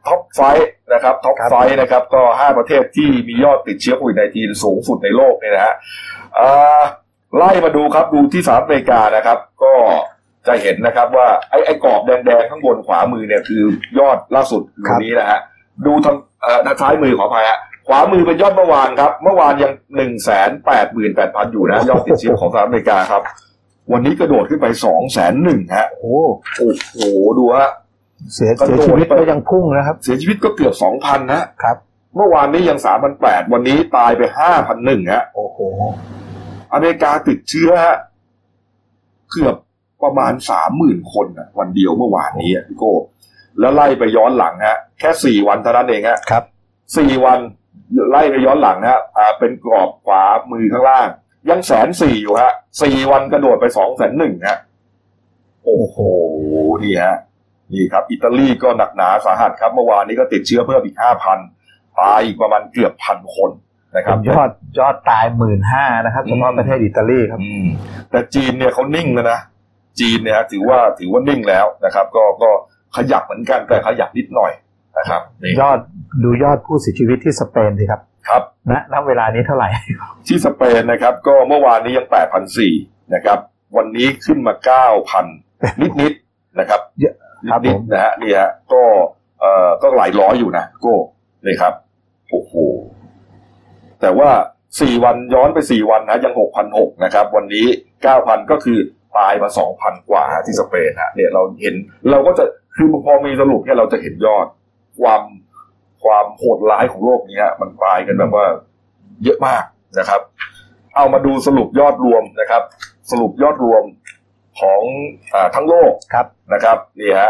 [SPEAKER 1] ท็อปไฟนะครับท็อปไฟนะครับก็5ประเทศที่มียอดติดเชื้อโควิด -19 สูงสุดในโลกเนี่ยนะฮะไล่มาดูครับดูที่สหรัฐอเมริกานะครับก็จะเห็นนะครับว่าไอ้กรอบแดงๆข้างบนขวามือเนี่ยคือยอดล่าสุดวันนี้นะฮะดูทางซ้ายมือขออภัยฮะขวามือเป็นยอดเมื่อวานครับเมื่อวานยัง 188,000 อยู่นะยอดติดเชื้อของสหรัฐอเมริกาครับวันนี้กระโดดขึ้นไป 201,000 ฮะโอ้โหดูฮะ
[SPEAKER 2] เสียชีวิตก็ยังพุ่งนะครับ
[SPEAKER 1] เสียชีวิตก็เกือบ 2,000 นะครับเมื่อวานนี้ยัง 3,800 วันนี้ตายไป 5,100 ฮะโอ้โหอเมริกาติดเชื้อฮะเกือบประมาณ 30,000 คนนะวันเดียวเมื่อวานนี้พี่โก้แล้วไล่ไปย้อนหลังฮะแค่4วันเท่านั้นเองฮะครับ4วันไล่ไปย้อนหลังฮะเป็นกรอบขวามือข้างล่างยัง 140,000 อยู่ฮะ4วันกระโดดไป 201,000 ฮะโอ้โหนี่ฮะนี่ครับอิตาลีก็หนักหนาสาหัสครับเมื่อวานนี้ก็ติดเชื้อเพิ่มอีก 5,000 ตายอีกประมาณเกือบ 1,000 คนนะครับ
[SPEAKER 2] ยอดตาย 15,000 นะครับเฉพาะประเทศอิตาลีครับ
[SPEAKER 1] แต่จีนเนี่ยเขานิ่งแล้วนะจีนเนี่ยถือว่านิ่งแล้วนะครับก็ขยับเหมือนกันแต่ขยับนิดหน่อยนะครับ
[SPEAKER 2] ดูยอดผู้เสียชีวิตที่สเปนสิครับ
[SPEAKER 1] ครับ
[SPEAKER 2] ณเวลานี้เท่าไหร่
[SPEAKER 1] ที่สเปนนะครับก็เมื่อวานนี้ยัง 8,400 นะครับวันนี้ขึ้นมา 9,000 นิดๆนะครับนิดๆนะฮะนี่ฮะก็หลายร้อยอยู่นะก็นี่ครับโอ้โหแต่ว่า4วันย้อนไป4วันนะยัง 6,600 นะครับวันนี้ 9,000 ก็คือตายมา 2,000 กว่าที่สเปนฮะเนี่ยเราเห็นเราก็จะคือพอมีสรุปเนี่ยเราจะเห็นยอดความโหดร้ายของโรคนี้มันตายกันแบบว่าเยอะมากนะครับเอามาดูสรุปยอดรวมนะครับสรุปยอดรวมของทั้งโลกนะครับนี่ฮะ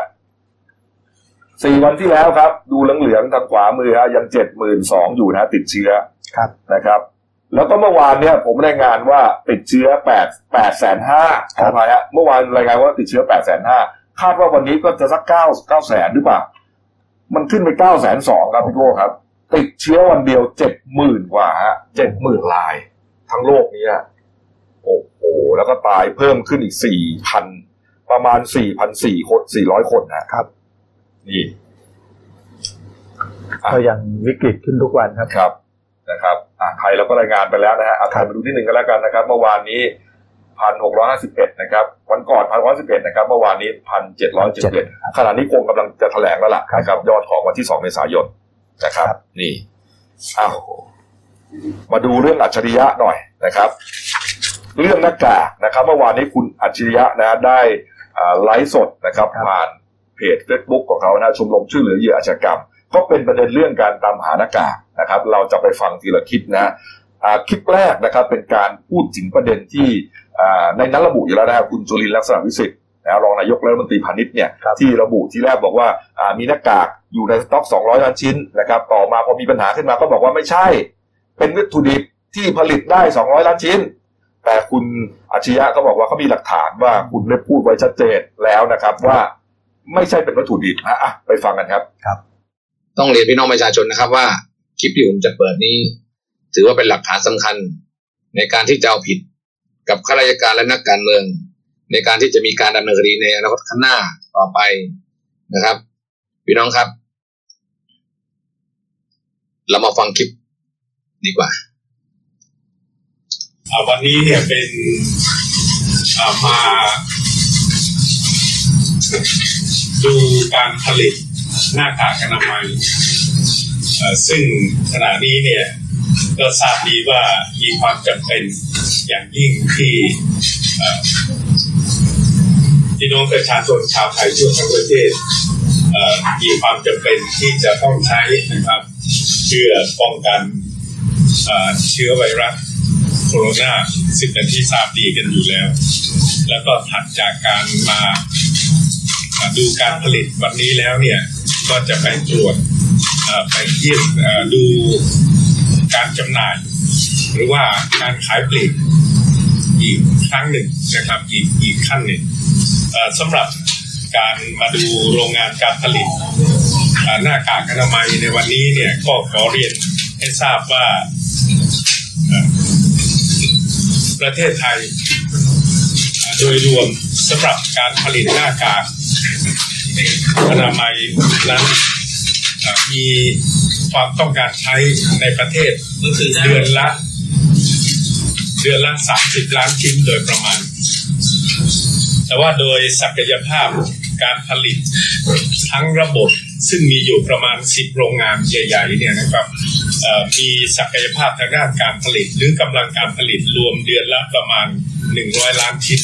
[SPEAKER 1] 4วันที่แล้วครับดูเหลืองๆทางขวามือฮะยัง 72,000 อยู่นะติดเชื้อนะครับแล้วก็เมื่อวานเนี่ยผมรายงานว่าติดเชื้อ850,000ขออภัยฮะเมื่อวานรายงานว่าติดเชื้อ850,000คาดว่าวันนี้ก็จะสัก900,000หรือเปล่ามันขึ้นไป920,000ครับพี่โก้ครับติดเชื้อวันเดียว 70,000 กว่าฮะ 70,000 รายทั้งโลกนี้โอ้โหแล้วก็ตายเพิ่มขึ้นอีก 4,000 ประมาณ 4,400 คน400 คนนะครับนี่
[SPEAKER 2] ก็ยังวิกฤตขึ้นทุกวัน
[SPEAKER 1] ครับนะครับไทยเราก็รายงานไปแล้วนะฮะไทยมาดูที่1กันแล้วกันนะครับเมื่อวานนี้ 1,651 นะครับวันก่อน 1,111 นะครับเมื่อวานนี้ 1,777 ขณะนี้คงกำลังจะแถลงแล้วล่ะนะครับยอดของวันที่2เมษายนนะครับนี่มาดูเรื่องอัจฉริยะหน่อยนะครับเรื่องหน้ากากนะครับเมื่อวานนี้คุณอัจฉริยะนะได้ไลฟ์สดนะครับผ่านเพจ Facebook ของเขานะชมรมช่วยเหลือเหยื่ออาชญากรรมก็เป็นประเด็นเรื่องการตามหาหน้ากากนะครับเราจะไปฟังทีละคลิปนะคลิปแรกนะครับเป็นการพูดถึงประเด็นที่ในนั้นระบุอยู่แล้วนะครับคุณจุลินทร์ลักษณะวิสิทธิ์รองนายกรัฐมนตรีพาณิชย์เนี่ยที่ระบุที่แรกบอกว่ามีหน้ากากอยู่ในสต็อก200 ล้านชิ้นนะครับต่อมาพอมีปัญหาขึ้นมาก็บอกว่าไม่ใช่เป็นวัตถุดิบที่ผลิตได้200 ล้านชิ้นแต่คุณอัจฉริยะก็บอกว่าเขามีหลักฐานว่าคุณได้พูดไว้ชัดเจนแล้วนะครับว่าไม่ใช่เป็นวัตถุดิบไปฟังกันครับ
[SPEAKER 4] ต้องเรียนพี่น้องประชาชนนะครับว่าคลิปที่ผมจะเปิดนี้ถือว่าเป็นหลักฐานสำคัญในการที่จะเอาผิดกับข้าราชการและนักการเมืองในการที่จะมีการดำเนินคดีในอนาคตข้างหน้าต่อไปนะครับพี่น้องครับเรามาฟังคลิปดีกว่า
[SPEAKER 3] วันนี้เนี่ยเป็นมาดูการผลิตหน้ากากอนามัยซึ่งขณะนี้เนี่ยก็ทราบดีว่ามีความจำเป็นอย่างยิ่งที่พี่น้องประชาชนชาวไทยทั่วทั้งประเทศมีความจำเป็นที่จะต้องใช้นะครับเพื่อป้องกันเชื้อไวรัสโคโรนาซึ่งเป็นที่ทราบดีกันอยู่แล้วก็ถัดจากการมาดูการผลิตวันนี้แล้วเนี่ยก็จะไปตรวจไปเยี่ยมดูการจำหน่ายหรือว่าการขายปลีกอีกครั้งหนึ่งนะครับอีกขั้นหนึ่งสำหรับการมาดูโรงงานการผลิตหน้ากากอนามัยในวันนี้เนี่ยก็ขอเรียนให้ทราบว่าประเทศไทยโดยรวมสำหรับการผลิตหน้ากากอนามัยนั้นมีความต้องการใช้ในประเทศเดือนละ30 ล้านชิ้นโดยประมาณแต่ว่าโดยศักยภาพการผลิตทั้งระบบซึ่งมีอยู่ประมาณ10 โรงงานใหญ่ๆเนี่ยนะครับมีศักยภาพทางด้านการผลิตหรือกำลังการผลิตรวมเดือนละประมาณ100 ล้านชิ้น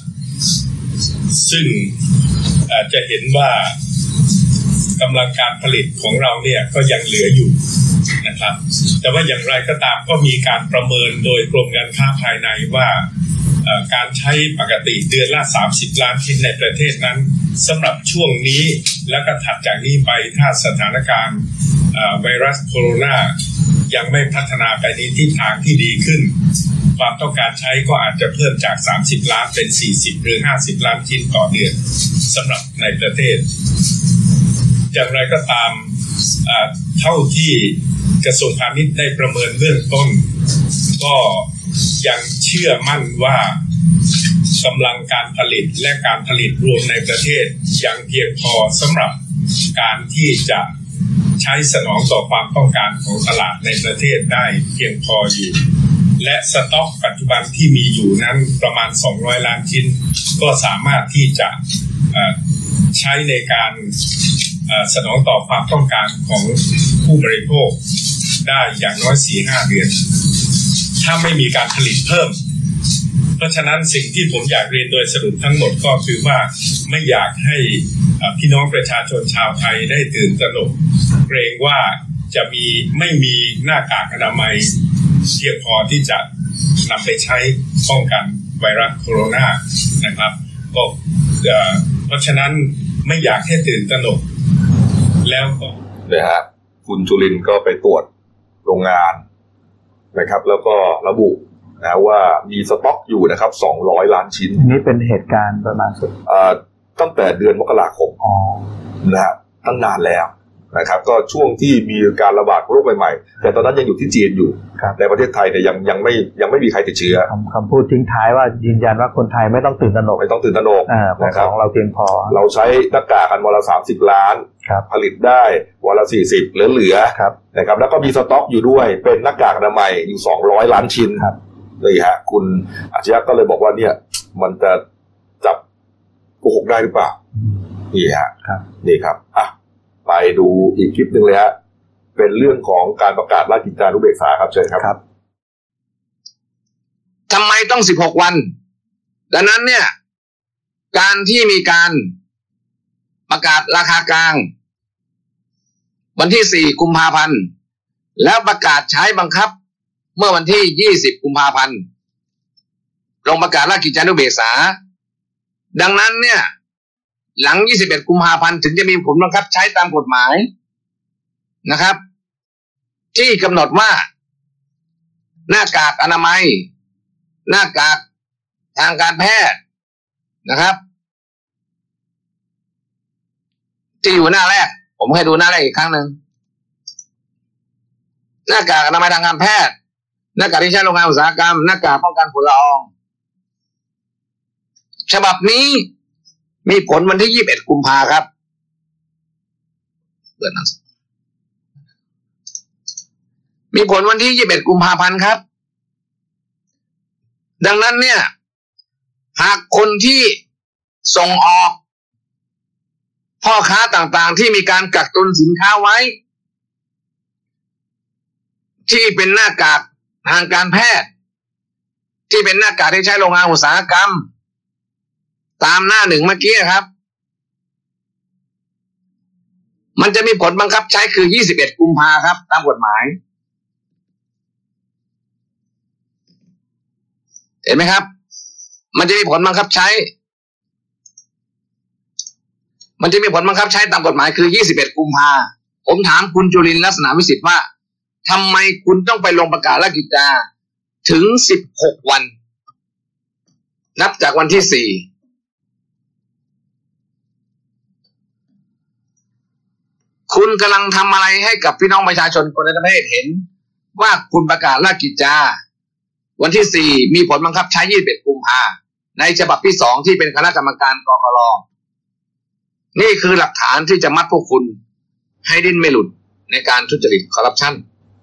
[SPEAKER 3] ซึ่งจะเห็นว่ากำลังการผลิตของเราเนี่ยก็ยังเหลืออยู่นะครับแต่ว่าอย่างไรก็ตามก็มีการประเมินโดยกรมการค้าภายในว่าการใช้ปกติเดือนละ30 ล้านชิ้นในประเทศนั้นสำหรับช่วงนี้แล้วก็ถัดจากนี้ไปถ้าสถานการณ์ไวรัสโคโรนายังไม่พัฒนาไปในทิศทางที่ดีขึ้นความต้องการใช้ก็อาจจะเพิ่มจาก30 ล้านเป็น40 หรือ50 ล้านชิ้นต่อเดือนสำหรับในประเทศอย่างไรก็ตามเท่าที่กระทรวงพาณิชย์ได้ประเมินเบื้องต้นก็ยังเชื่อมั่นว่ากำลังการผลิตและการผลิตรวมในประเทศยังเพียงพอสำหรับการที่จะใช้สนองต่อความต้องการของตลาดในประเทศได้เพียงพออยู่และสต็อกปัจจุบันที่มีอยู่นั้นประมาณ200 ล้านชิ้นก็สามารถที่จะใช้ในการสนองต่อความต้องการของผู้บริโภคได้อย่างน้อย 4-5 เดือนถ้าไม่มีการผลิตเพิ่มเพราะฉะนั้นสิ่งที่ผมอยากเรียนโดยสรุปทั้งหมดก็คือว่าไม่อยากให้พี่น้องประชาชนชาวไทยได้ตื่นตระหนกเกรงว่าจะไม่มีหน้ากากอนามัยเพียงพอที่จะนำไปใช้ป้องกันไวรัสโคโรนานะครับก็เพราะฉะนั้นไม่อยากให้ตื่นตระหนกแล้วก็
[SPEAKER 1] นะฮะคุณจุลินทร์ก็ไปตรวจโรงงานนะครับแล้วก็ระบุนะว่ามีสต็อกอยู่นะครับ200 ล้านชิ้น
[SPEAKER 2] นี่เป็นเหตุการณ์ประมาณ
[SPEAKER 1] ตั้งแต่เดือนมกราคมนะฮะตั้งนานแล้วนะครับก็ช่วงที่มีการระบาดโรคใหม่ๆแต่ตอนนั้นยังอยู่ที่จีนอยู่ในประเทศไทยเนี่ยยังไม่มีใครติดเชื้อ
[SPEAKER 2] คำพูดทิ้งท้ายว่ายืนยันว่าคนไทยไม่ต้องตื่นตระหนก
[SPEAKER 1] นะครับ
[SPEAKER 2] ของเราเพียงพอ
[SPEAKER 1] เราใช้หน้ากากกันวันละ30 ล้านผลิตได้วันละ40เหลือนะครับแล้วก็มีสต็อกอยู่ด้วยเป็นหน้ากากอนามัยอยู่200 ล้านชิ้นนี่ฮะคุณอาชญะก็เลยบอกว่าเนี่ยมันจะจับโกหกได้หรือเปล่านี่ฮะนี่ครับไปดูอีกคลิปนึงเลยฮะเป็นเรื่องของการประกาศราชกิจจานุเบกษาครับเชิญครับ
[SPEAKER 4] ทำไมต้อง16 วันดังนั้นเนี่ยการที่มีการประกาศราคากลางวันที่4 กุมภาพันธ์แล้วประกาศใช้บังคับเมื่อวันที่20 กุมภาพันธ์ลงประกาศราชกิจจานุเบกษาดังนั้นเนี่ยหลัง21 กุมภาพันธ์ถึงจะมีผลบังคับใช้ตามกฎหมายนะครับที่กำหนดว่าหน้ากากอนามัยหน้ากากทางการแพทย์นะครับที่อยู่หน้าแรกผมให้ดูหน้าแรกอีกครั้งหนึ่งหน้ากากอนามัยทางการแพทย์หน้ากากที่ใช้โรงงานอุตสาหกรรมหน้ากากป้องกันฝุ่นละอองฉบับนี้มีผลวันที่21 กุมภาครับเปิดหนังสือมีผลวันที่21 กุมภาพันธ์ครับดังนั้นเนี่ยหากคนที่ส่งออกพ่อค้าต่างๆที่มีการกักตุนสินค้าไว้ที่เป็นหน้ากากทางการแพทย์ที่เป็นหน้ากากที่ใช้โรงงานอุตสาหกรรมตามหน้า1เมื่อกี้ครับมันจะมีผลบังคับใช้คือ21 กุมภาครับตามกฎหมายเห็นไหมครับมันจะมีผลบังคับใช้ตามกฎหมายคือ21 กุมภาผมถามคุณจุลินทร์ลักษณะวิสิทธิ์ว่าทำไมคุณต้องไปลงประกาศราชกิจจาถึง16 วันนับจากวันที่4คุณกำลังทำอะไรให้กับพี่น้องประชาชนคนในประเทศเห็นว่าคุณประกาศราชกิจจาวันที่4มีผลบังคับใช้21 กุมภาในฉบับที่2ที่เป็นคณะกรรมการกกร.นี่คือหลักฐานที่จะมัดพวกคุณให้ดิ้นไม่หลุดในการทุจริตคอร์รัปชัน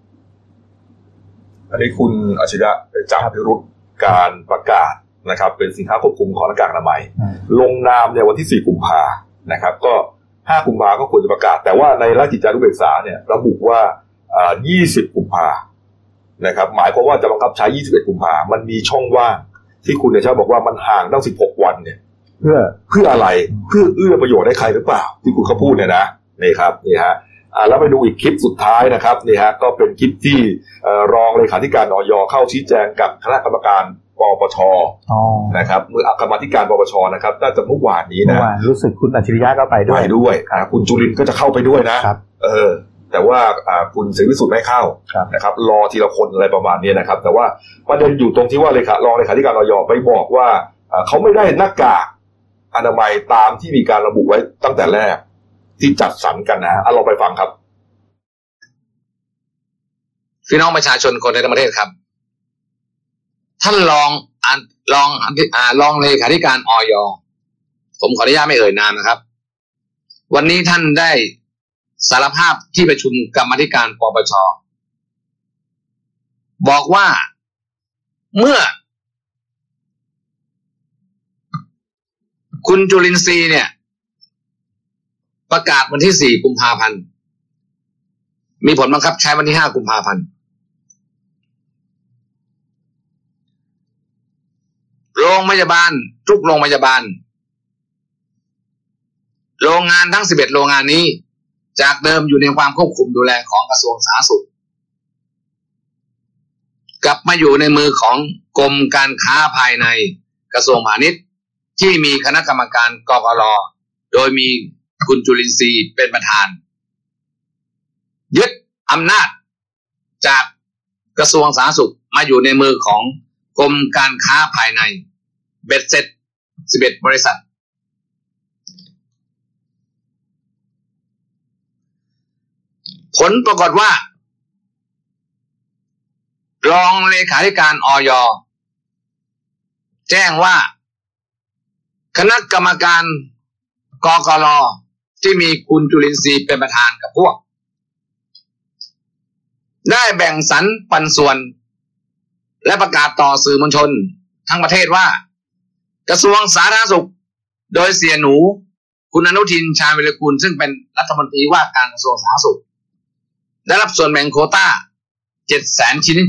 [SPEAKER 1] อันนี้คุณอาชิระไปจับพิรุธการประกาศนะครับเป็นสินค้าควบคุมของหน้ากากอนามัยลงนามในวันที่4กุมภานะครับก็5กุมภาก็ควรจะประกาศแต่ว่าในราชกิจจานุเบกษาเนี่ยระบุว่า20กุมภานะครับหมายความว่าจะบังคับใช้21กุมภามันมีช่องว่างที่คุณเนี่ยชอบบอกว่ามันห่างตั้ง16วันเนี่ยเพื่ออะไรเพื่อเอื้อประโยชน์ให้ใครหรือเปล่าที่คุณเขาพูดเนี่ยนะนี่ครับนี่ฮะแล้วไปดูอีกคลิปสุดท้ายนะครับนี่ฮะก็เป็นคลิปที่รองเลขาธิการอย.เข้าชี้แจงกับคณะกรรมการปปช.นะครับมือกรรมาธิการปปช.นะครับน่าจะเมื่อวานนี้นะ
[SPEAKER 2] รู้สึกคุณอัจฉริยะก็ไป
[SPEAKER 1] ด้วยคุณจุรินทร์ก็จะเข้าไปด้วยนะแต่ว่าคุณเสรีพิสุทธิ์ไม่เข้านะครับรอทีละคนอะไรประมาณนี้นะครับแต่ว่าประเด็นอยู่ตรงที่ว่ารองเลขาธิการอย.ไปบอกว่าเขาไม่ได้หน้ากากอนามัยตามที่มีการระบุไว้ตั้งแต่แรกที่จัดสรรกันนะเราไปฟังครับ
[SPEAKER 4] พี่น้องประชาชนคนในประเทศครับท่านรองเลขาธิการอย.ผมขออนุญาตไม่เอ่ยนามนะครับวันนี้ท่านได้สารภาพที่ประชุมกรรมาธิการปปช.บอกว่าเมื่อคุณจุลินทรีย์เนี่ยประกาศวันที่4กุมภาพันธ์มีผลบังคับใช้วันที่5กุมภาพันธ์โรงพยาบาลทุกโรงพยาบาลโรงงานทั้ง11โรงงานนี้จากเดิมอยู่ในความควบคุมดูแลของกระทรวงสาธารณสุขกลับมาอยู่ในมือของกรมการค้าภายในกระทรวงพาณิชย์ที่มีคณะกรรมการกกร.โดยมีคุณจุลินทรีย์เป็นประธานยึดอำนาจจากกระทรวงสาธารณสุขมาอยู่ในมือของกรมการค้าภายในเบ็ดเสร็จ11บริษัทผลปรากฏว่ารองเลขาธิการอย.แจ้งว่าคณะกรรมการกกร.ที่มีคุณจุลินทรีย์เป็นประธานกับพวกได้แบ่งสรรปันส่วนและประกาศต่อสื่อมวลชนทั้งประเทศว่ากระทรวงสาธารณสุขโดยเสียหนูคุณอนุทินชาญวิรากูลซึ่งเป็นรัฐมนตรีว่าการกระทรวงสาธารณสุขได้รับส่วนแบ่งโควต้า 700,000 ชิ้น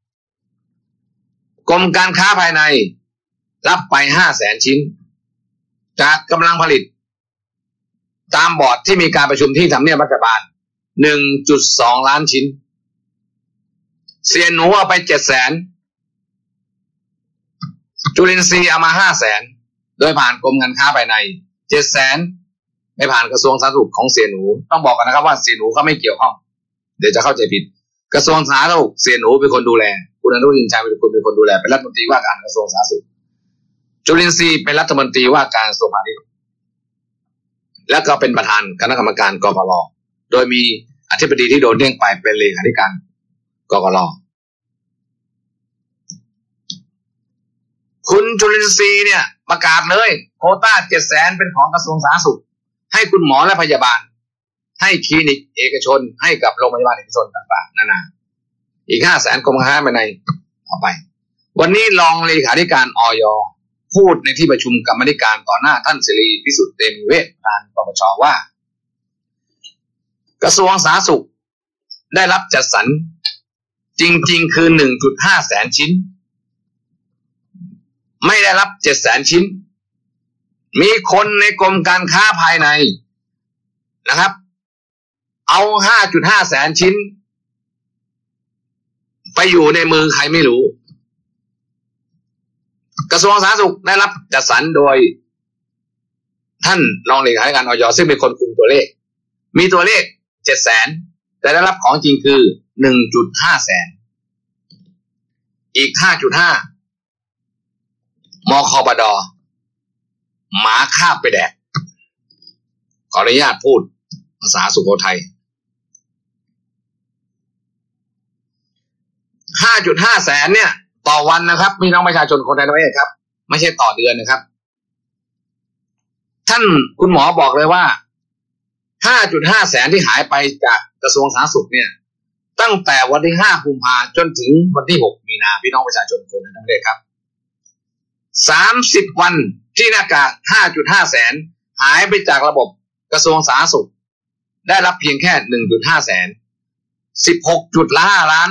[SPEAKER 4] กรมการค้าภายในรับไป 500,000 ชิ้นจากกำลังผลิตตามบอร์ดที่มีการประชุมที่ทำเนียบรัฐบาล 1.2 ล้านชิ้นเสียหนูเอาไป 700,000 จุลินทรีย์เอามา 500,000 โดยผ่านกรมการค้าภายใน 700,000 ไม่ผ่านกระทรวงสาธารณสุขของเสียหนูต้องบอกกันนะครับว่าเสียหนูเขาไม่เกี่ยวข้องเดี๋ยวจะเข้าใจผิดกระทรวงสาธารณสุขเสียหนูเป็นคนดูแลคุณอนุทินชาญวิรากูลเป็นคนดูแลเป็นรัฐมนตรีว่าการกระทรวงสาธารณสุขจุลินทรีย์เป็นรัฐมนตรีว่าการกระทรวงพาณิชย์และก็เป็นประธานคณะกรรมการกกร.โดยมีอธิบดีที่โดนเด้งไปเป็นเลขาธิการกกร.คุณจุลินทรีย์เนี่ยประกาศเลยโควต้า 700,000 เป็นของกระทรวงสาธารณสุขให้คุณหมอและพยาบาลให้คลินิกเอกชนให้กับโรงพยาบาลเอกชนต่างๆนานาอีก 500,000 กรมการค้าภายในเอาไปวันนี้รองเลขาธิการอย.พูดในที่ประชุมกรรมาธิการต่อหน้าท่านเสรีพิสุทธิ์เตมีเวชประธานปปช.ว่ากระทรวงสาธารณสุขได้รับจัดสรรจริงๆคือ 1.5 แสนชิ้นไม่ได้รับ 700,000 ชิ้นมีคนในกรมการค้าภายในนะครับเอา 5.5 แสนชิ้นไปอยู่ในมือใครไม่รู้กระทรวงสาธารณสุขได้รับจัดสรรโดยท่านรองเลขาธิการอย.ซึ่งเป็นคนคุมตัวเลขมีตัวเลข 700,000 แต่ได้รับของจริงคือ 1.5 แสนอีก 5.5 มคบด.หมาคาบไปแดกขออนุญาตพูดภาษาสุโขทัย 5.5 แสนเนี่ยต่อวันนะครับพี่น้องประชาชนคนไทยทั้งประเทศครับไม่ใช่ต่อเดือนนะครับท่านคุณหมอบอกเลยว่า 5.5 แสนที่หายไปจากกระทรวงสาธารณสุขเนี่ยตั้งแต่วันที่5กุมภาพันธ์จนถึงวันที่6มีนาพี่น้องประชาชนคนทั้งประเทศครับ30วันที่หน้ากาก 5.5 แสนหายไปจากระบบกระทรวงสาธารณสุขได้รับเพียงแค่ 1.5 แสน 16.5 ล้าน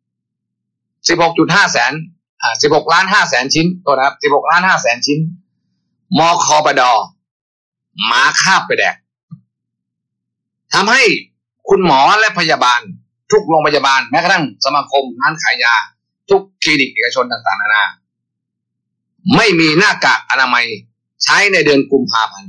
[SPEAKER 4] 16.5 แสน16 ล้าน 5 แสนชิ้นตัวนะครับ16 ล้าน 5 แสนชิ้นมคบด.หมาคาบไปแดกทำให้คุณหมอและพยาบาลทุกโรงพยาบาลแม้กระทั่งสมาคมร้านขายยาทุกคลินิกเอกชนต่างๆนานาไม่มีหน้ากากอนามัยใช้ในเดือนกุมภาพันธ์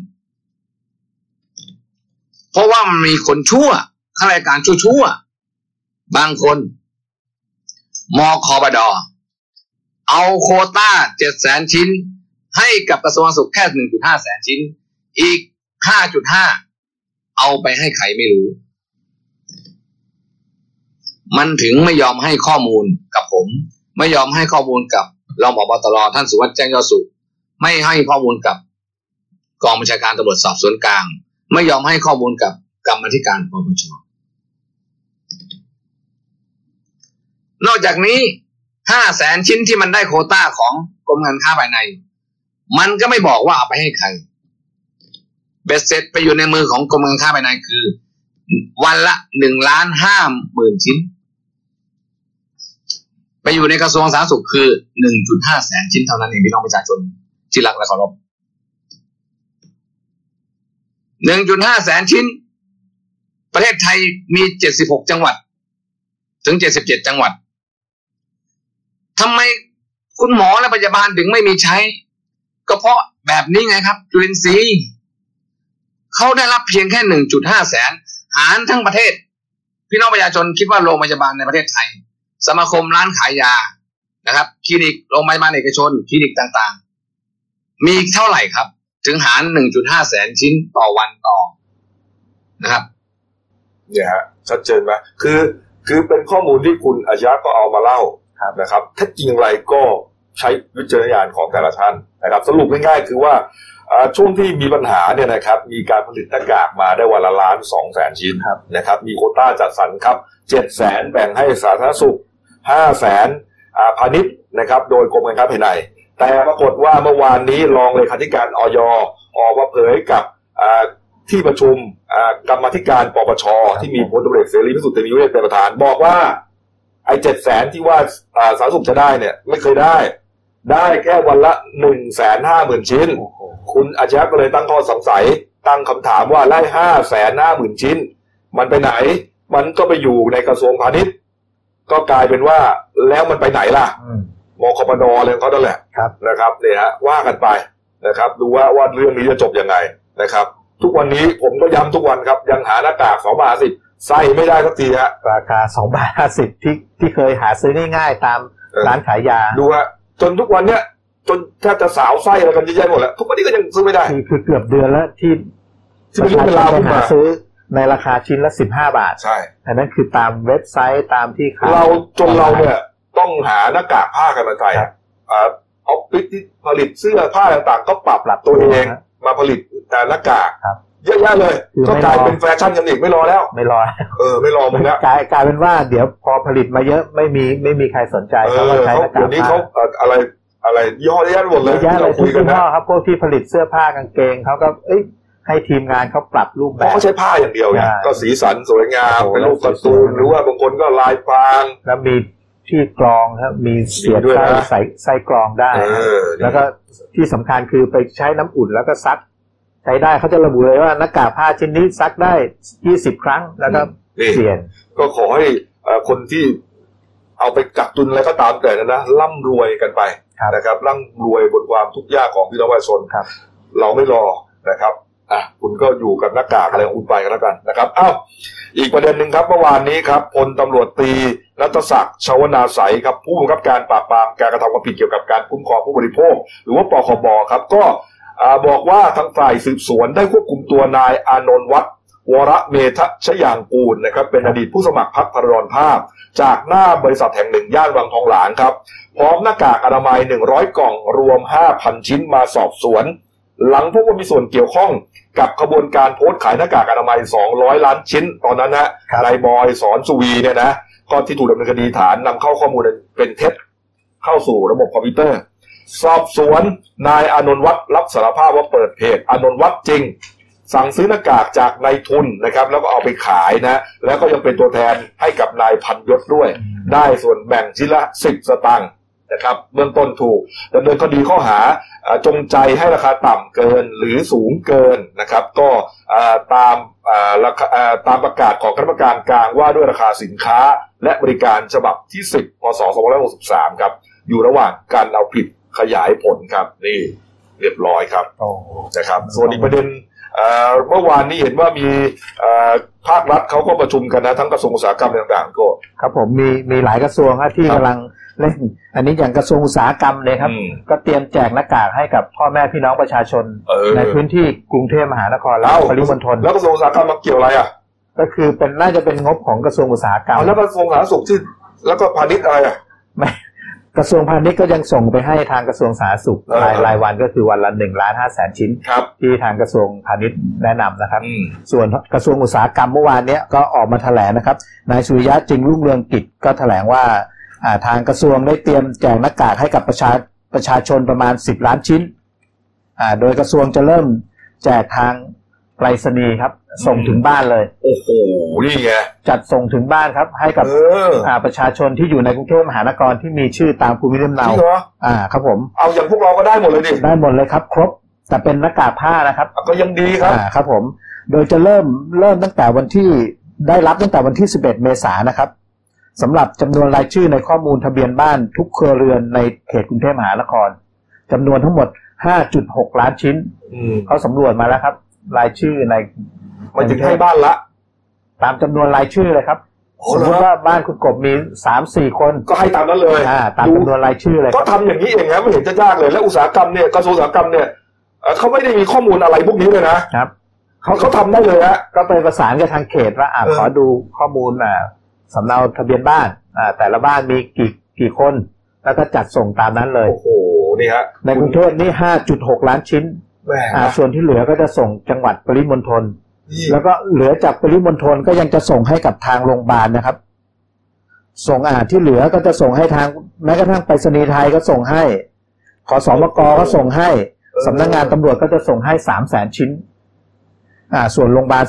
[SPEAKER 4] เพราะว่ามันมีคนชั่วข้าราชการชั่วบางคนมคบด.เอาโควต้า 700,000 ชิ้นให้กับกระทรวงสุขแค่ 1.5 แสนชิ้นอีก 5.5 เอาไปให้ใครไม่รู้มันถึงไม่ยอมให้ข้อมูลกับผมไม่ยอมให้ข้อมูลกับรองผบ.ตร.ท่านสุวัสดิ์แจ้งยอดสุขไม่ให้ข้อมูลกับกองบัญชาการตำรวจสอบสวนกลางไม่ยอมให้ข้อมูลกับกรรมาธิการปปช.นอกจากนี้ 500,000 ชิ้นที่มันได้โควต้าของกรมการค้าภายในมันก็ไม่บอกว่าเอาไปให้ใครเบ็ดเสร็จไปอยู่ในมือของกรมการค้าภายในคือวันละ 1,50,000 ชิ้นไปอยู่ในกระทรวงสาธารณสุขคือ 1.5 แสนชิ้นเท่านั้นเองพี่น้องประชาชนที่รักและเคารพ 1.5 แสนชิ้นประเทศไทยมี76จังหวัดถึง77จังหวัดทำไมคุณหมอและพยาบาลถึงไม่มีใช้ก็เพราะแบบนี้ไงครับจุลินทรีย์เขาได้รับเพียงแค่ 1.5 แสนหารทั้งประเทศพี่น้องประชาชนคิดว่าโรงพยาบาลในประเทศไทยสมาคมร้านขายยานะครับคลินิกโรงพยาบาลเอกชนคลินิกต่างๆมีเท่าไหร่ครับถึงหาร 1.5 แสนชิ้นต่อวันต่อนะครับ
[SPEAKER 1] เนี่ยฮะชัดเจนไหมคือเป็นข้อมูลที่คุณอาชญะก็เอามาเล่านะครับถ้าจริงอะไรก็ใช้วิจารณญาณของแต่ละท่านนะครับสรุปง่ายๆคือว่าช่วงที่มีปัญหาเนี่ยนะครับมีการผลิตหน้ากากมาได้วันละ1,200,000 ชิ้นนะครับมีโควต้าจัดสรรครับ 700,000 แบ่งให้สาธารณสุข 500,000 พาณิชย์นะครับโดยกรมการค้าภายในแต่ปรากฏว่าเมื่อวานนี้รองเลขาธิการอย.ออกมาเผยกับที่ประชุมกรรมาธิการปปช.ที่มีพลตำรวจเอกเสรีพิสุทธิ์เตมียเวทเป็นประธานบอกว่าไอ้ 700,000 ที่ว่าสาธารณสุขจะได้เนี่ยไม่เคยได้แค่วันละ 150,000 ชิ้นคุณอาชญะก็เลยตั้งข้อสงสัยตั้งคำถามว่าไล่ 550,000 ชิ้นมันไปไหนมันก็ไปอยู่ในกระทรวงพาณิชย์ก็กลายเป็นว่าแล้วมันไปไหนล่ะมคบด.อะไรของเขานั่นแหละนะครับเนี่ยฮะว่ากันไปนะครับดูว่าเรื่องนี้จะจบยังไงนะครับทุกวันนี้ผมก็ย้ำทุกวันครับยังหาหน้ากาก2.50 ใส่ไม่ได้สักทีฮะ
[SPEAKER 2] ราคา2.50ที่เคยหาซื้อง่ายๆตามร้านขายยา
[SPEAKER 1] ดูฮะจนทุกวันเนี้ยจนแทบจะสาวไส้อะไรกันเยอะแยะหมดแล้วทุกวันนี้ก็ยังซื้อไม่ได้
[SPEAKER 2] คือเกือบเดือนแล้วที่
[SPEAKER 1] เป็นราวขึ้นมา
[SPEAKER 2] ซื้อในราคาชิ้นละ15 บาท
[SPEAKER 1] ใช่
[SPEAKER 2] อันนั้นคือตามเว็บไซต์ตามที่ขาย
[SPEAKER 1] เราเนี่ยต้องหาหน้ากากผ้ากันมาใส่ออฟฟิศที่ผลิตเสื้อผ้าต่างๆก็ปรับตัวเองมาผลิตหน้ากากเยอะแยะเลยก็กลายเป็นแฟชั่นกันอีกไม่รอแล้ว
[SPEAKER 2] ไม่รอ
[SPEAKER 1] ไม่รอมึงแล้ว
[SPEAKER 2] กลายเป็นว่าเดี๋ยวพอผลิตมาเยอะไม่มีใครสนใจเขาก็ใช้หน้ากากผ้า
[SPEAKER 1] เดี๋ยวนี้เขาอะไรย่อเยอะหมดเลย
[SPEAKER 2] เราคุยกันนะครับพวกที่ผลิตเสื้อผ้ากางเกงเขาก็ให้ทีมงานเขาปรับรูปแบบ
[SPEAKER 1] เขาใช้ผ้าอย่างเดียวไงก็สีสันสวยงามเป็นรูปการ์ตูนหรือว่าบางคนก็ลายพราง
[SPEAKER 2] แล้วมีที่กรองครับมีเสียบไส้กรองได้แล้วก็ที่สำคัญคือไปใช้น้ำอุ่นแล้วก็ซักใช้ได้เขาจะระบุเลยว่าหน้ากากผ้าชิ้นนี้ซักได้20 ครั้งแล้วก็เปลี่ยน
[SPEAKER 1] ก็ขอให้คนที่เอาไปกักตุนอะไรก็ตามแต่นะร่ำรวยกันไปนะครับร่ำรวยบนความทุกข์ยากของพี่น้องประชาชนเราไม่รอนะครับคุณก็อยู่กับหน้ากากอะไรของคุณไปกันแล้วกันนะครับอีกประเด็นหนึ่งครับเมื่อวานนี้ครับพลตำรวจตรีณัฐศักดิ์ชวนาใสครับผู้บังคับการปราบปรามการกระทำความผิดเกี่ยวกับการคุ้มครองผู้บริโภคหรือว่าปคบครับก็บอกว่าทางฝ่ายสืบสวนได้ควบคุมตัวนายอานนท์วัฒน์วรเมธชยางกูลนะครับเป็นอดีตผู้สมัครพรรคพรรณภาพจากหน้าบริษัทแห่งหนึ่งย่านวังทองหลางครับพร้อมหน้ากากอนามัย100 กล่องรวม 5,000 ชิ้นมาสอบสวนหลังพบว่ามีส่วนเกี่ยวข้องกับขบวนการโพสต์ขายหน้ากากอนามัย200ล้านชิ้นตอนนั้นนะนายบอยสอนสุวีเนี่ยนะก็ที่ถูกดำเนินคดีฐานนำเข้าข้อมูลเป็นเท็จเข้าสู่ระบบคอมพิวเตอร์สอบสวนนายอานนท์วัฒน์รับสารภาพว่าเปิดเพจอานนท์วัฒน์จริงสั่งซื้อหน้ากากจากนายทุนนะครับแล้วก็เอาไปขายนะแล้วก็ยังเป็นตัวแทนให้กับนายพันยศด้วยได้ส่วนแบ่งชิ้นละ10 สตางค์นะครับเบื้องต้นถูกดำเนินคดีข้อหาจงใจให้ราคาต่ำเกินหรือสูงเกินนะครับก็ตามประกาศของคณะกรรมการกลางว่าด้วยราคาสินค้าและบริการฉบับที่10 พ.ศ. 2563ครับอยู่ระหว่างการเอาผิดขยายผลครับนี่เรียบร้อยครับนะครับส่วนอีกประเด็นเมื่อวานนี้เห็นว่ามีภาครัฐเขาก็ประชุมกันนะทั้งกระทรวงอุตสาหกรรมต่างๆก็
[SPEAKER 2] ครับผมมีหลายกระทรวงที่กำลังเล่นอันนี้อย่างกระทรวงอุตสาหกรรมเลยครับก็เตรียมแจกหน้ากากให้กับพ่อแม่พี่น้องประชาชนในพื้นที่กรุงเทพมหานครและปริมณฑล
[SPEAKER 1] แล้วกระทรวงอุตสาหกรรมมาเกี่ยวอะไรอ่ะ
[SPEAKER 2] ก็คือเป็นน่าจะเป็นงบของกระทรวงอุตสาหกรรม
[SPEAKER 1] แล้วกระทรวงสาธารณสุขที่แล้วก็พาณิชย์อะไรอ่ะ
[SPEAKER 2] ไม่กระทรวงพาณิชย์ก็ยังส่งไปให้ทางกระทรวงสาธารณสุขรายวันก็คือวันละ 1,500,000 ชิ้นที่ทางกระทรวงพาณิชย์แนะนำนะครับส่วนกระทรวงอุตสาหกรรมเมื่อวานนี้ก็ออกมาแถลงนะครับนายสุริยะจึงรุ่งเรืองกิจก็แถลงว่าทางกระทรวงได้เตรียมแจกหน้ากากให้กับประชาชนประมาณ10 ล้านชิ้นโดยกระทรวงจะเริ่มแจกทางไปรษณีย์ครับส่งถึงบ้านเลย
[SPEAKER 1] โอ้โหนี่ไง
[SPEAKER 2] จัดส่งถึงบ้านครับให้กับประชาชนที่อยู่ในกรุงเทพมหานครที่มีชื่อตามภูมิลำเนาครับผม
[SPEAKER 1] เอาอย่างพวกเราก็ได้หมดเลยดิ
[SPEAKER 2] ได้หมดเลยครับครบแต่เป็นหน้ากากผ้านะครับ
[SPEAKER 1] ก็ยังดีครับ
[SPEAKER 2] ครับผมโดยจะเริ่มตั้งแต่วันที่ได้รับตั้งแต่วันที่11 เมษายนนะครับสำหรับจำนวนรายชื่อในข้อมูลทะเบียนบ้านทุกครัวเรือนในเขตกรุงเทพมหานครจำนวนทั้งหมด 5.6 ล้านชิ้นเขาสำรวจมาแล้วครับรายชื่อใน
[SPEAKER 1] มันถึงให้บ้านละ
[SPEAKER 2] ตามจำนวนรายชื่อเลยครับสมมติว่าบ้านคุณกบมี 3-4 คน
[SPEAKER 1] ก็ให้ตามนั้นเลย
[SPEAKER 2] ตามจำนวนรายชื่อเลย
[SPEAKER 1] ก็ทำอย่างนี้เองนะไม่เห็นจะยากเลยและอุตสาหกรรมเนี่ยกระทรวงอุตสาหกรรมเนี่ยเขาไม่ได้มีข้อมูลอะไรพวกนี้เลยนะครับเขาทำได้เลยฮะ
[SPEAKER 2] ก็ไปประสานกับทางเขตว่าขอดูข้อมูลสำเนาทะเบียนบ้านแต่ละบ้านมีกี่คนแล้วก็จัดส่งตามนั้นเลย
[SPEAKER 1] โอ้โหนี่ฮะ
[SPEAKER 2] ในกรุงเทพนี่ 5.6 ล้านชิ้นส่วนที่เหลือก็จะส่งจังหวัดปริมณฑลแล้วก็เหลือจากปริมณฑลก็ยังจะส่งให้กับทางโรงพยาบาลนะครับส่งที่เหลือก็จะส่งให้ทางแม้กระทั่งไปรษณีย์ไทยก็ส่งให้ขสมกก็ส่งให้สำนักงานตำรวจก็จะส่งให้ 300,000 ชิ้นส่วนโรงพยาบาล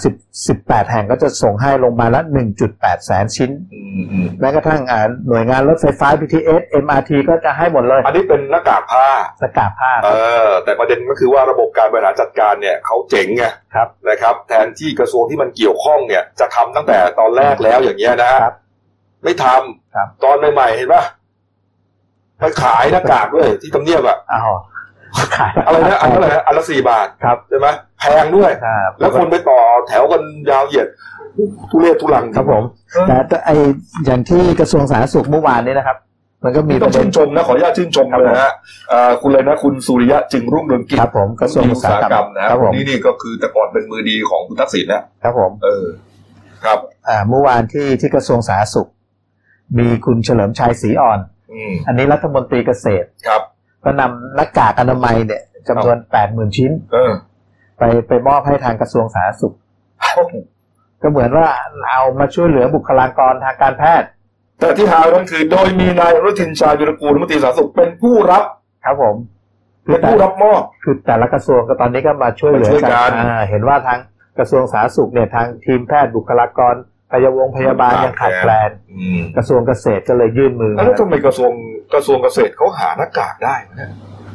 [SPEAKER 2] 18 แห่งก็จะส่งให้โรงพยาบาลละ 1.8 แสนชิ้นแม้กระทั่งหน่วยงานรถไฟฟ้า BTS MRT ก็จะให้หมดเลย
[SPEAKER 1] อันนี้เป็นหน้ากากผ้าแต่ประเด็นก็คือว่าระบบการบริหารจัดการเนี่ยเขาเจ๋งไงนะครับแทนที่กระทรวงที่มันเกี่ยวข้องเนี่ยจะทำตั้งแต่ตอนแรกแล้วอย่างเงี้ยนะไม่ทำตอนใหม่ๆเห็นป่ะไปขายหน้ากากด้วยที่ทำเนียบอะไรนะอะไรนะอันละ4 บาทใช่ไหมแพงด้วยแล้วคนไปต่อแถวกันยาวเหยียดทุเรศทุลัง
[SPEAKER 2] ครับผมแต่อย่างที่กระทรวงสาธารณสุขเมื่อวานนี้นะครับมันก็มี
[SPEAKER 1] ต้องชื่นชมนะขออนุญาตชื่นชมเลยนะคุณเลยนะคุณสุริยะจึงรุ่งเรืองกิจ
[SPEAKER 2] ครับผมกระทรวงอุตสาหกรรม
[SPEAKER 1] นะครับนี่ก็คือแต่ก่อนเป็นมือดีของคุณทักษิณนะครับ
[SPEAKER 2] ผม
[SPEAKER 1] ครับ
[SPEAKER 2] เมื่อวานที่กระทรวงสาธารณสุขมีคุณเฉลิมชัยศรีอ่อนอันนี้รัฐมนตรีเกษตร
[SPEAKER 1] ครับ
[SPEAKER 2] ก็นำหน้ากากอนามัยเนี่ยจำนวน 80,000 ชิ้นไปมอบให้ทางกระทรวงสาธารณสุขก็เหมือนว่าเอามาช่วยเหลือบุคลากรทางการแพทย์
[SPEAKER 1] แต่ที่หานั้นคือโดยมีนายอนุทินชาญวิรากูลรัฐมนตรีสาธารณสุขเป็นผู้รับ
[SPEAKER 2] ครับผม
[SPEAKER 1] เป็นผู้รับมอบ
[SPEAKER 2] คือแต่ละกระทรวงก็ตอนนี้ก็มาช่วยเหลือกันเห็นว่าทางกระทรวงสาธารณสุขเนี่ยทางทีมแพทย์บุคลากรพยาบาลยังขาดแคลนกระทรวงเกษตรก็เลยยื่นมือ
[SPEAKER 1] แล้วทำไมกระทรวงเกษตรเขาหาหน้ากากได้เนี่ย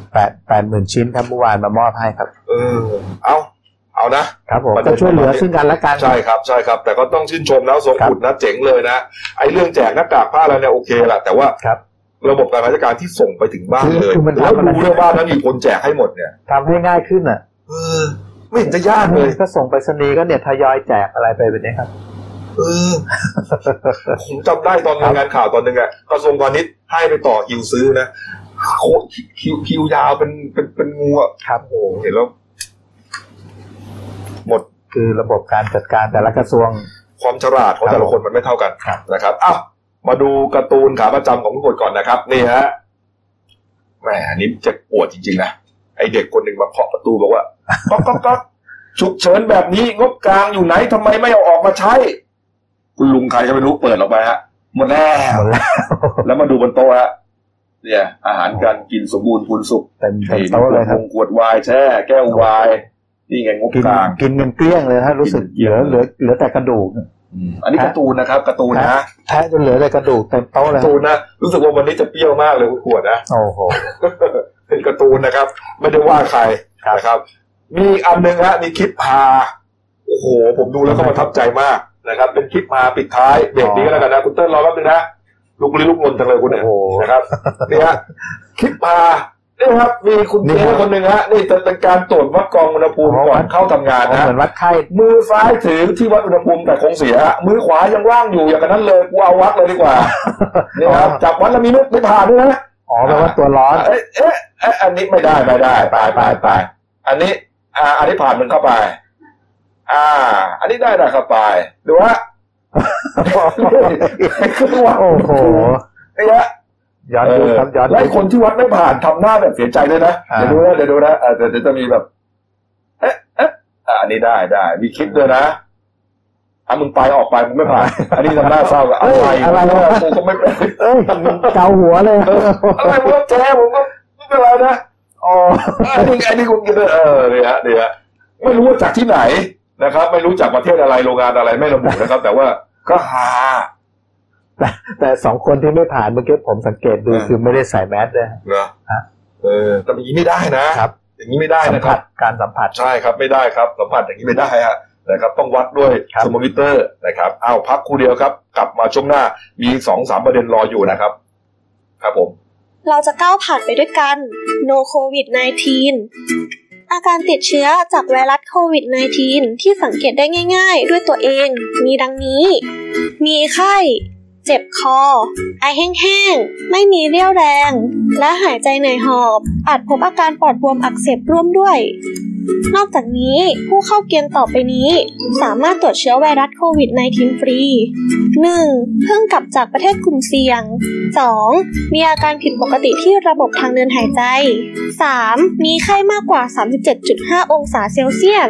[SPEAKER 2] 80,000 ชิ้นครับเมื่อวานมามอบให้ครับ
[SPEAKER 1] เอานะครับ
[SPEAKER 2] ผมจะช่วยเหลือซึ่งกันและกัน
[SPEAKER 1] ใช่ครับแต่ก็ต้องชื่นชมนะทรงขุดนะเจ๋งเลยนะไอ้เรื่องแจกหน้ากากผ้าอะไรเนี่ยโอเคแหละแต่ว่าระบบการราชการที่ส่งไปถึงบ้านเลยแล้วดูเรื่องบ้านนั้นมีคนแจกให้หมดเนี่ย
[SPEAKER 2] ทำให้ง่ายขึ้น
[SPEAKER 1] ไม่เห็นจะยากเลย
[SPEAKER 2] ก็ส่งไปรษณีย์ก็เนี่ยทยอยแจกอะไรไปแบบนี้ครับ
[SPEAKER 1] ผมจำได้ตอนงานข่าวตอนนึงกระทรวงพาณิชย์ให้ไปต่อคิวซื้อนะโคคิวยาวเป็นงู
[SPEAKER 2] ครับ
[SPEAKER 1] โอ้เห็นแล้วหมด
[SPEAKER 2] คือระบบการจัดการแต่ละกระทรวง
[SPEAKER 1] ความฉลาดของแต่ละคนมันไม่เท่ากันนะครับมาดูการ์ตูนขาประจำของทุกคนก่อนนะครับนี่ฮะแหมนี่เจ็บปวดจริงๆนะไอเด็กคนหนึ่งมาเคาะประตูบอกว่าก็ฉุกเฉินแบบนี้งบกลางอยู่ไหนทำไมไม่เอาออกมาใช้คุณลุงใครก็ไม่รู้เปิดออกไปฮะหมดแล้วแล้วมาดูบนโต๊ะฮะเนี่ยอาหารการกินสมบูรณ์พูนสุข
[SPEAKER 2] เต็มโต๊ะเลยครับ
[SPEAKER 1] ขวดไวน์แช่แก้วไวน์นี่ไงงบกลาง
[SPEAKER 2] กินเงินเกลี้ยงเลยฮะรู้สึกเหลือแต่กระดูก
[SPEAKER 1] อันนี้การ์ตูนนะครับการ์ตูนนะ
[SPEAKER 2] แท้จนเหลือแต่กระดูกเต็มโต๊ะเลย
[SPEAKER 1] การ์ตูนนะรู้สึกว่าวันนี้จะเปรี้ยวมากเลยคุณขวดนะ
[SPEAKER 2] โอ้โห
[SPEAKER 1] เป็นการ์ตูนนะครับไม่ได้ว่าใครนะครับมีอันนึงฮะมีคลิปพาโอ้โหผมดูแล้วก็ประทับใจมากนะครับเป็นคลิปพาปิดท้ายเบรกนี้ก็แล้วกันนะคุณเติ้ลรอแป๊บนึงนะลูกลี้ลุกลนจังเลยคุณเนี่ยนะครับนี่ฮะคลิปพานี่ครับมีคุณเจ๊คนหนึ่งฮะนี่เป็นการตรวจวัดกรองอุณหภูมิก่อนเข้าทำงานนะ
[SPEAKER 2] เหมือนวัดไข้
[SPEAKER 1] มือซ้ายถือที่วัดอุณหภูมิแต่คงเสียมือขวายังว่างอยู่อย่างนั้นเลยกูเอาวัดเลยดีกว่านี่ครับจับวัดแล้วมีไม่ผ่านด้วยนะ
[SPEAKER 2] แปลว่าตัวร้อน
[SPEAKER 1] อันนี้ไม่ได้ไปอันนี้ผ่านมันเข้าไปอันนี้ได้เข้าไปดูว่าคือว่า
[SPEAKER 2] โอ้โห
[SPEAKER 1] เนี่ย
[SPEAKER 2] ย้อนดูครับย้อน
[SPEAKER 1] ไล่คนที่วัดไม่ผ่านทำหน้าแบบเสียใจเลยนะเดี๋ยวดูนะเดี๋ยวจะมีแบบอันนี้ได้มีคลิปด้วยนะมึงไปออกไปมึงไม่ผ่านอันนี้ทำหน้าเศร้ากับอะไรกูก็ไม่เป็น
[SPEAKER 2] เกาหัวเลย
[SPEAKER 1] อะไรมึงแจ้ผมก็ไม่เป็นไรนะอันนี้คุณกินเนี่ยไม่รู้ว่าจากที่ไหนนะครับไม่รู้จากประเทศอะไรโรงงานอะไรไม่ระบุนะครับแต่ว่าก็หา
[SPEAKER 2] แต่สองคนที่ไม่ผ่านเมื่อกี้ผมสังเกตดูคือไม่ได้ใส่แมสเลย
[SPEAKER 1] เหรอแต่อย่างนี้ไม่ได้นะครับอย่างนี้ไม่ได้นะครับ
[SPEAKER 2] การสัมผัส
[SPEAKER 1] ใช่ครับไม่ได้ครับสัมผัสอย่างนี้ไม่ได้ฮะนะครับต้องวัดด้วยเทอร์โมมิเตอร์นะครับพักครู่เดียวครับกลับมาช่วงหน้ามี 2-3 ประเด็นรออยู่นะครับครับผม
[SPEAKER 5] เราจะก้าวผ่านไปด้วยกัน No COVID-19 อาการติดเชื้อจากไวรัสโควิด -19 ที่สังเกตได้ง่ายๆด้วยตัวเองมีดังนี้มีไข้เจ็บคอไอแห้งๆไม่มีเรี่ยวแรงและหายใจเหนื่อยหอบอาจพบอาการปอดบวมอักเสบร่วมด้วยนอกจากนี้ผู้เข้าเกณฑ์ต่อไปนี้สามารถตรวจเชื้อไวรัสโควิด -19 ฟรี 1. เพิ่งกลับจากประเทศกลุ่มเสี่ยง 2. มีอาการผิดปกติที่ระบบทางเดินหายใจ 3. มีไข้มากกว่า 37.5 องศาเซลเซียส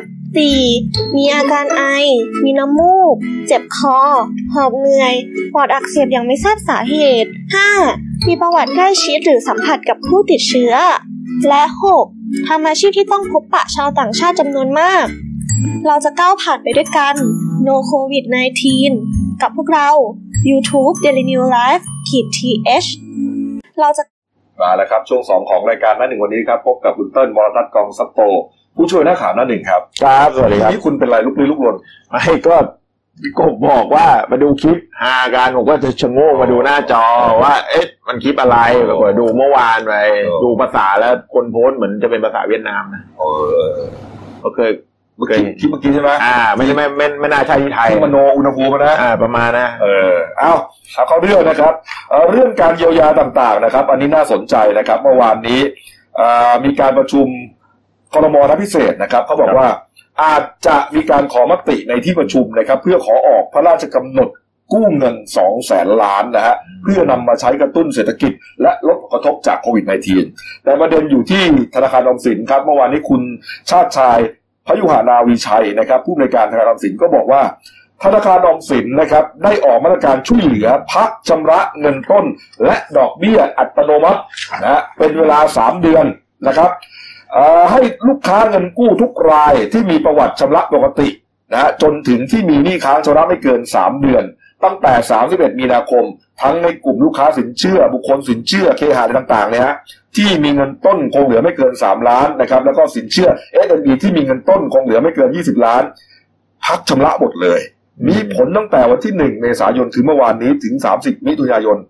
[SPEAKER 5] 4. มีอาการไอมีน้ำมูกเจ็บคอหอบเหนื่อยปอดอักเสบอย่างไม่ทราบสาเหตุ 5. มีประวัติใกล้ชิดหรือสัมผัสกับผู้ติดเชื้อและ 6. ทำอาชีพที่ต้องพบปะชาวต่างชาติจำนวนมากเราจะก้าวผ่านไปด้วยกัน No COVID-19 กับพวกเรา YouTube Daily New Life _th เราจะ
[SPEAKER 1] มาแล้วครับช่วง2ของรายการหน้าหนึ่งวันนี้ครับพบกับคุณเติ้ลวรทัศน์กองซับโตผู้ช่วยนักข่าวหน้าหนึ่งครับ
[SPEAKER 2] ครับสวัสดีครับ
[SPEAKER 1] นี่คุณเป็นไรลุกลี้ลุกลน
[SPEAKER 2] ไม่ก็บอกว่ามาดูคลิปหาการผมก็จะชะโงกมาดูหน้าจอว่ามันคลิปอะไรแบบว่าดูเมื่อวานไปดูภาษาแล้วคนโพสเหมือนจะเป็นภาษาเวียดนามนะก็เคย
[SPEAKER 1] คลิปเมื่อกี้ใช่ไหม
[SPEAKER 2] ไม่น่าใช่ที่ไทย
[SPEAKER 1] มโนอุณหภูมินะ
[SPEAKER 2] ประมาณนะ
[SPEAKER 1] เอาเข้าเรื่องนะครับเรื่องการเยียวยาต่างๆนะครับอันนี้น่าสนใจนะครับเมื่อวานนี้มีการประชุมครม.นัดพิเศษนะครับเขาบอกว่าอาจจะมีการขอมติในที่ประชุมนะครับเพื่อขอออกพระราชกำหนดกู้เงิน 200,000 ล้านนะฮะเพื่อนำมาใช้กระตุ้นเศรษฐกิจและลดผลกระทบจากโควิด -19 แต่ประเด็นอยู่ที่ธนาคารออมสินครับเมื่อวานนี้คุณชาติชายพยุหานาวีชัยนะครับผู้อำนวยการธนาคารออมสินก็บอกว่าธนาคารออมสินนะครับได้ออกมาตรการช่วยเหลือพักชำระเงินต้นและดอกเบี้ยอัตโนมัตินะเป็นเวลา3เดือนนะครับให้ลูกค้าเงินกู้ทุกรายที่มีประวัติชำระปกตินะจนถึงที่มีหนี้ค้างชำระไม่เกิน3เดือนตั้งแต่31มีนาคมทั้งในกลุ่มลูกค้าสินเชื่อบุคคลสินเชื่อเคหะต่างๆเนี่ยฮะที่มีเงินต้นคงเหลือไม่เกิน3ล้านนะครับแล้วก็สินเชื่อ SME ที่มีเงินต้นคงเหลือไม่เกิน20ล้านพักชำระหมดเลยมีผลตั้งแต่วันที่1เมษายนถึงเมื่อวานนี้ถึง30มิถุนายน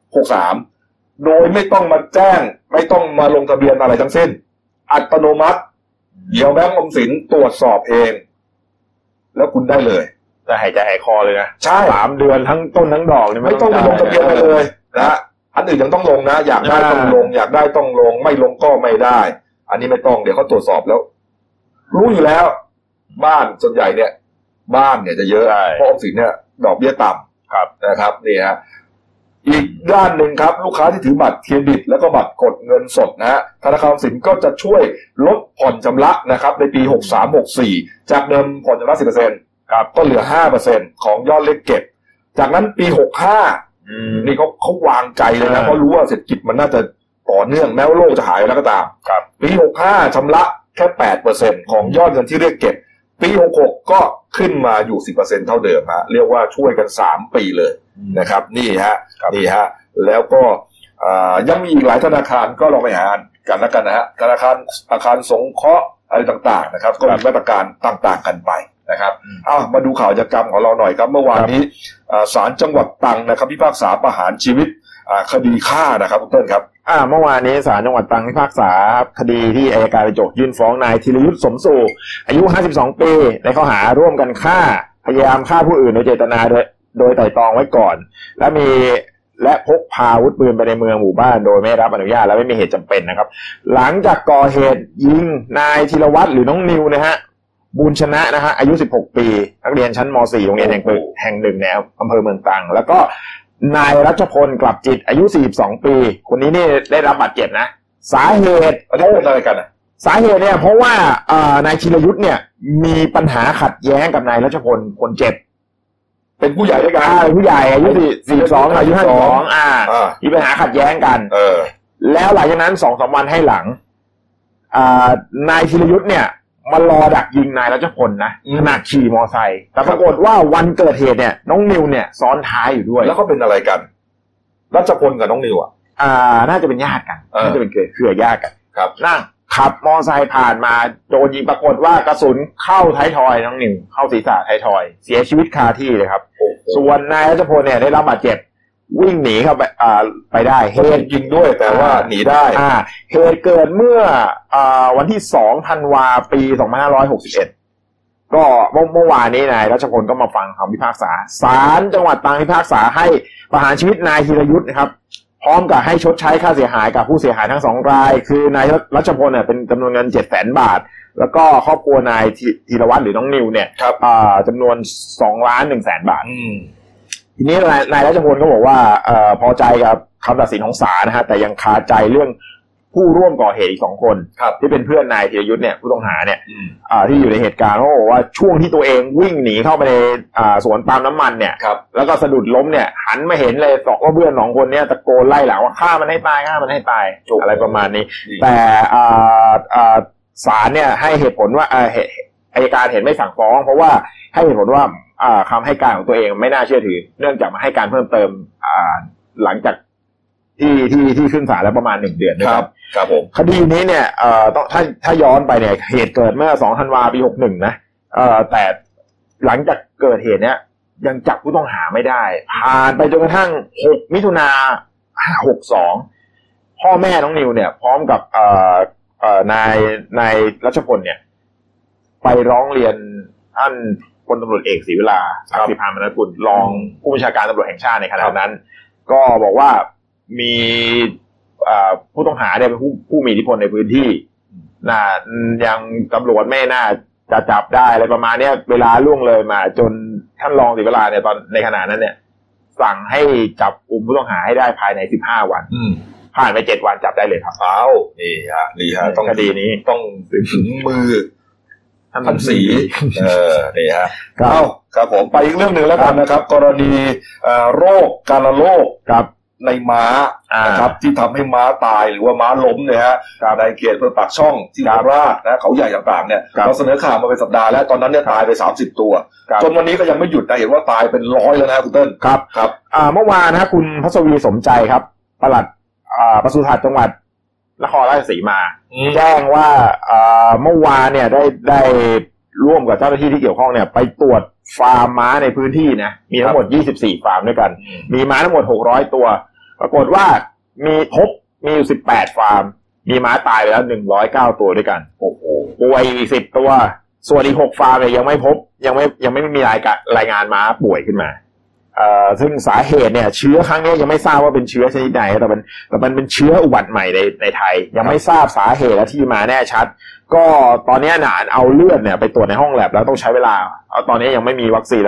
[SPEAKER 1] 63โดยไม่ต้องมาแจ้งไม่ต้องมาลงทะเบียนอะไรทั้งสิ้นอัตโนมัติเดี๋ยวแบงก์ออมสินตรวจสอบเองแล้วคุณได้เลย
[SPEAKER 2] จะหายใจหายคอเลยนะ
[SPEAKER 1] ใช่
[SPEAKER 2] 3เดือนทั้งต้นทั้งดอกนี่
[SPEAKER 1] ไม่ต้องลงทะเบียนเลยนะอันอื่นยังต้องลงนะอยากได้ต้องลงอยากได้ต้องลงไม่ลงก็ไม่ได้อันนี้ไม่ต้องเดี๋ยวเขาตรวจสอบแล้วรู้อยู่แล้วบ้านส่วนใหญ่เนี่ยบ้านเนี่ยจะเยอะเพราะออมสินเนี่ยดอกเบี้ยต่ำนะครับนี่ฮะอีกด้านหนึ่งครับลูกค้าที่ถือบัตรเครดิตแล้วก็บัตรกดเงินสดนะฮะธนาคารออมสินก็จะช่วยลดผ่อนชำระนะครับในปี 63-64 จากเดิมผ่อนชำระ 10% ครับก็เหลือ 5% ของยอดเลขเก็บจากนั้นปี 65นี่เขาวางใจเลยนะเพราะรู้ว่าเศรษฐกิจมันน่าจะต่อเนื่องแม้ว่าโลกจะหายแล้วก็ตามครับปี 65 ชำระแค่ 8% ของยอดเงินที่เรียกเก็บปี66ก็ขึ้นมาอยู่ 10% เท่าเดิมฮะเรียกว่าช่วยกัน3ปีเลยนะครับนี่ฮะแล้วก็ยังมีอีกหลายธนาคารก็ลองไปหากันแล้วกันนะฮะธนาคารอาคารสงเคราะห์อะไรต่างๆนะครับก็มีมาตรการต่างๆกันไปนะครับมาดูข่าวอาชญากรรมของเราหน่อยครับเมื่อวานนี้ศาลจังหวัดตรังนะครับพิพากษาประหารชีวิตคดีฆ่านะครับคุณต้นครับ
[SPEAKER 2] เมื่อวานนี้ศาลจังหวัดตรังพิพากษาคดีที่อัยการไปโจทยื่นฟ้องนายธีรยุทธสมสู่อายุ52ปีในข้อหาร่วมกันฆ่าพยายามฆ่าผู้อื่นโดยเจตนาโดยไตร่ตรองไว้ก่อนและพกพาอาวุธปืนไปในเมืองหมู่บ้านโดยไม่รับอนุญาตและไม่มีเหตุจำเป็นนะครับหลังจากก่อเหตุยิงนายธีรวัฒน์หรือน้องนิวนะฮะบุญชนะนะฮะอายุ16ปีนักเรียนชั้นม.4 โรงเรียนแห่งหนึ่งในอำเภอเมืองตรังแล้วก็นายรัชพลกลับจิตอายุ42ปีคนนี้นี่ได้รับบาดเจ็บนะสาเหตุ
[SPEAKER 1] อะไรกัน
[SPEAKER 2] สาเหตุเนี่ยเพราะว่านายธีรยุทธเนี่ยมีปัญหาขัดแย้งกับนายรัชพลคนเจ็บ
[SPEAKER 1] เป็นผู้ใหญ่ด้วยกัน
[SPEAKER 2] ผู้ใหญ่อายุ42อายุ52มีปัญหาขัดแย้งกันแล้วหลังจากนั้น 2-3 วันให้หลังนายธีรยุทธเนี่ยมารอดักยิงนายรัชพลนะขณะขี่มอไซค์แต่ปรากฏว่าวันเกิดเหตุเนี่ยน้องนิวเนี่ยซ้อนท้ายอยู่ด้วย
[SPEAKER 1] แล้วก็เป็นอะไรกันรัชพลกับน้องนิว
[SPEAKER 2] น่าจะเป็นญาติกันน่าจะเป็นเครือญาติกัน
[SPEAKER 1] ครับ
[SPEAKER 2] นั่งขับมอไซค์ผ่านมาโดนยิงปรากฏว่ากระสุนเข้าท้ายทอยน้องนิวเข้าศีรษะท้ายทอยเสียชีวิตคาที่เลยครับส่วนนายรัชพลเนี่ยได้รับบาดเจ็บวิ่งหนีเข้าไปได้
[SPEAKER 1] เหตุยิงด้วยแต่ว่าหนีได้
[SPEAKER 2] เหตุเกิดเมื่อวันที่2ธันวาคมปี2561ก็เมื่อวานนี้นายรัชพลก็มาฟังคำพิพากษาศาลจังหวัดตรังพิพากษาให้ประหารชีวิตนายธีรยุทธนะครับพร้อมกับให้ชดใช้ค่าเสียหายกับผู้เสียหายทั้ง2รายคือนายรัชพลเนี่ยเป็นจำนวนเงิน 700,000 บาทแล้วก็ครอบครัวนายธีรวัฒน์หรือน้องนิวเนี่ยจำนวน2,100,000 บาททีนี้นายรัชพลก็บอกว่าพอใจกับคำตัดสินของศาลนะฮะแต่ยังคาใจเรื่องผู้ร่วมก่อเหตุอีก2คนที่เป็นเพื่อนนายธีรยุทธเนี่ยผู้ต้องหาเนี่ยที่อยู่ในเหตุการณ์เขาบอกว่าช่วงที่ตัวเองวิ่งหนีเข้าไปในสวนปาล์มน้ำมันเนี่ยแล้วก็สะดุดล้มเนี่ยหันมาเห็นเลยว่าเพื่อน2คนเนี่ยตะโกนไล่หลังว่าฆ่ามันให้ตายฆ่ามันให้ตายอะไรประมาณนี้แต่ศาลเนี่ยให้เหตุผลว่าอัยการเห็นไม่สั่งฟ้องเพราะว่าให้เหตุผลว่าคำให้การของตัวเองไม่น่าเชื่อถือเนื่องจากมาให้การเพิ่มเติมหลังจากที่ขึ้นศาลแล้วประมาณ1 เดือน
[SPEAKER 1] นะครับผม
[SPEAKER 2] คดีนี้เนี่ยต้องถ้าย้อนไปเนี่ยเหตุเกิดเมื่อ2ธันวาคมปี61นะแต่หลังจากเกิดเหตุเนี้ยยังจับผู้ต้องหาไม่ได้ผ่านไปจนกระทั่ง6มิถุนายน62พ่อแม่น้องนิวเนี่ยพร้อมกับนายรัชพลเนี่ยไปร้องเรียนท่านพลตำรวจเอกศรีวราศักดิ์สิทธิ์พามนกุลรองผู้บัญชาการตำรวจแห่งชาติในขณะนั้นก็บอกว่ามีผู้ต้องหาเนี่ยเป็นผู้มีอิทธิพลในพื้นที่ยังตำรวจไม่น่าจะจับได้อะไรประมาณนี้เวลาล่วงเลยมาจนท่านรองศรีวราเนี่ยตอนในขณะนั้นเนี่ยสั่งให้จับกลุ่มผู้ต้องหาให้ได้ภายใน15 วันผ่านไป7 วันจับได้เลยครับ
[SPEAKER 1] นี่ฮะต้อง
[SPEAKER 2] คดีนี้
[SPEAKER 1] ต้องถึงมือท่านศรีนี่ฮะครับผมไปอีกเรื่องนึงแล้วกันนะครับกรณีโรคกาฬโรคในม้านะครับที่ทำให้ม้าตายหรือว่าม้าล้มเนี่ยฮะในเขตอำเภอปากช่องที่โคราชนะเขาใหญ่ต่างๆเนี่ยเราเสนอข่าวมาเป็นสัปดาห์แล้วตอนนั้นเนี่ยตายไป30 ตัวจนวันนี้ก็ยังไม่หยุดนะเห็นว่าตายเป็น100แล้วนะคุณเติ้ล
[SPEAKER 2] ครับเมื่อวานนะคุณพัศวีสมใจครับปลัดปศุสัตว์จังหวัดนครราชสีมาแจ้งว่าเมื่อวานเนี่ยได้ร่วมกับเจ้าหน้าที่ที่เกี่ยวข้องเนี่ยไปตรวจฟาร์มม้าในพื้นที่นะมีทั้งหมด24 ฟาร์มด้วยกันมีม้าทั้งหมด600 ตัวปรากฏว่ามีอยู่18 ฟาร์มมีม้าตายไปแล้ว109 ตัวด้วยกันป่วยอีก10 ตัวส่วนอีก6 ฟาร์มเนี่ยยังไม่พบยังไม่มีรายงานม้าป่วยขึ้นมาซึ่งสาเหตุเนี่ยเชื้อครั้งนี้ยังไม่ทราบว่าเป็นเชื้อชนิดไหนแต่มันเป็นเชื้ออุบัติใหม่ในไทยยังไม่ทราบสาเหตุและที่มาแน่ชัดก็ตอนนี้เอาเลือดเนี่ยไปตรวจในห้องแลบแล้วต้องใช้เวลาตอนนี้ยังไม่มีวัคซีนแล้วก็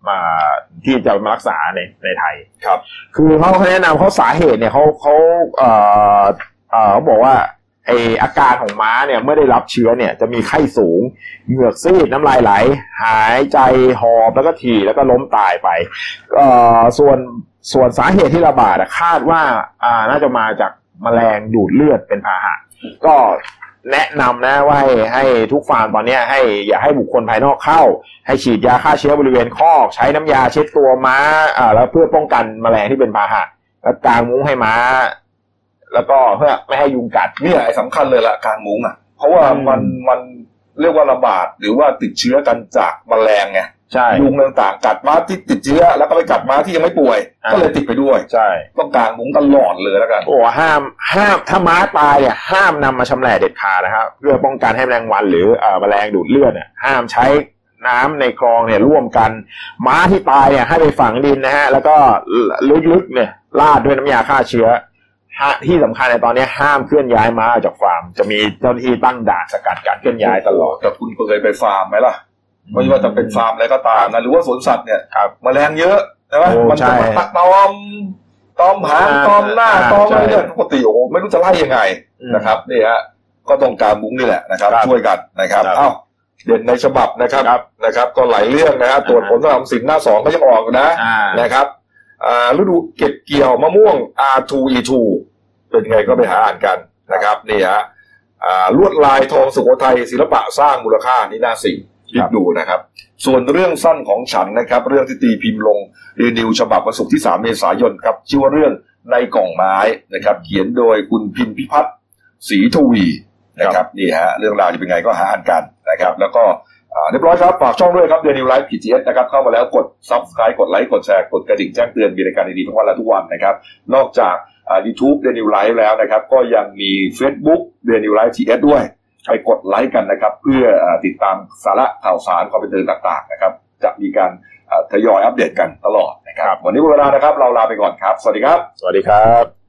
[SPEAKER 6] ที่จะมารักษาในไทย
[SPEAKER 1] ครับ
[SPEAKER 6] คือเขาแนะนำเขาสาเหตุเนี่ยเขาบอกว่าไออาการของม้าเนี่ยเมื่อได้รับเชื้อเนี่ยจะมีไข้สูงเหงือกซีดน้ำลายไหลหายใจหอบแล้วก็ถี่แล้วก็ล้มตายไปส่วนสาเหตุที่ระบาดคาดว่าน่าจะมาจากแมลงดูดเลือดเป็นพาหะก็แนะนำนะว่าให้ทุกฟาร์มตอนนี้อย่าให้บุคคลภายนอกเข้าให้ฉีดยาฆ่าเชื้อบริเวณคอกใช้น้ำยาเช็ดตัวม้าแล้วเพื่อป้องกันแมลงที่เป็นพาหะแล้วกางมุ้งให้ม้าแล้วก็เพื่อไม่ให้ยุงกัด
[SPEAKER 1] เนี่ยไอ้สำคัญเลยละกางมุ้งเพราะว่ามันเรียกว่าระบาดหรือว่าติดเชื้อกันจากแมลงไง
[SPEAKER 6] ใช่
[SPEAKER 1] ยุงต่างๆกัดม้าที่ติดเชื้อแล้วก็ไปกัดม้าที่ยังไม่ป่วยก็เลยติดไปด้วย
[SPEAKER 6] ใช่
[SPEAKER 1] ต้องกางมุ้งตลอดเลยแล้วกัน
[SPEAKER 6] โอ้ห้ามถ้าม้าตายเนี่ยห้ามนำมาชำแหละเด็ดขาดนะครับเพื่อป้องกันให้แมลงวันหรือแมลงดูดเลือดห้ามใช้น้ำในคลองเนี่ยร่วมกันม้าที่ตายเนี่ยให้ไปฝังดินนะฮะแล้วก็ลึกๆเนี่ยราดด้วยน้ำยาฆ่าเชื้อที่สำคัญในตอนนี้ห้ามเคลื่อนย้ายม้าออกจากฟาร์มจะมีเจ้าหน้าที่ตั้งด่านสกัดการเคลื่อนย้ายตลอด
[SPEAKER 1] แต่คุณเคยไปฟาร์มไหมล่ะไม่ว่าจะเป็นฟาร์มอะไรก็ตามนะหรือว่าสวนสัตว์เนี่ยแมลงเยอะใช่ไหมมันจะมาตักตอมหางตอมหน้าตอมอะไรเนี่ยปกติโอ้ไม่รู้จะไล่ยังไงนะครับนี่ฮะก็ต้องการมุ้งนี่แหละนะครับช่วยกันนะครับเอ้าเด่นในฉบับนะครับก็หลายเรื่องนะฮะตรวจผลสนามสินหน้า2ก็ยังออกนะครับฤดูเก็บเกี่ยวมะม่วง R2E2 เป็นไงก็ไปหาอ่านกันนะครับนี่ฮะลวดลายทองสุโขทัยศิลปะสร้างมูลค่านี่น่าสิคิดดูนะครับส่วนเรื่องสั้นของฉันนะครับเรื่องที่ตีพิมพ์ลงเดนิวฉบับวันศุกร์ที่3 เมษายนครับชื่อว่าเรื่องในกล่องไม้นะครับเขียนโดยคุณพิมพิพัฒน์ศรีทวีนะครับนี่ฮะเรื่องราวจะเป็นไงก็หาอ่านกันนะครับแล้วก็เรียบร้อยครับฝากช่องด้วยครับเดนิวไลฟ์ PTS นะครับเข้ามาแล้วกด Subscribe กดไลค์กดแชร์กดกระดิ่งแจ้งเตือนมีรายการดีๆทุกวันและทุกวันนะครับนอกจากYouTube เดนิวไลฟ์แล้วนะครับก็ยังมี Facebook เดนิวไลฟ์ TS ด้วยไปกดไลค์กันนะครับเพื่อติดตามสาระข่าวสารความบันเทิงต่างๆนะครับจะมีการทยอยอัปเดตกันตลอดนะครับวันนี้หมดเวลานะครับเราลาไปก่อนครับสวัสดีครับ
[SPEAKER 6] สวัสดีครับ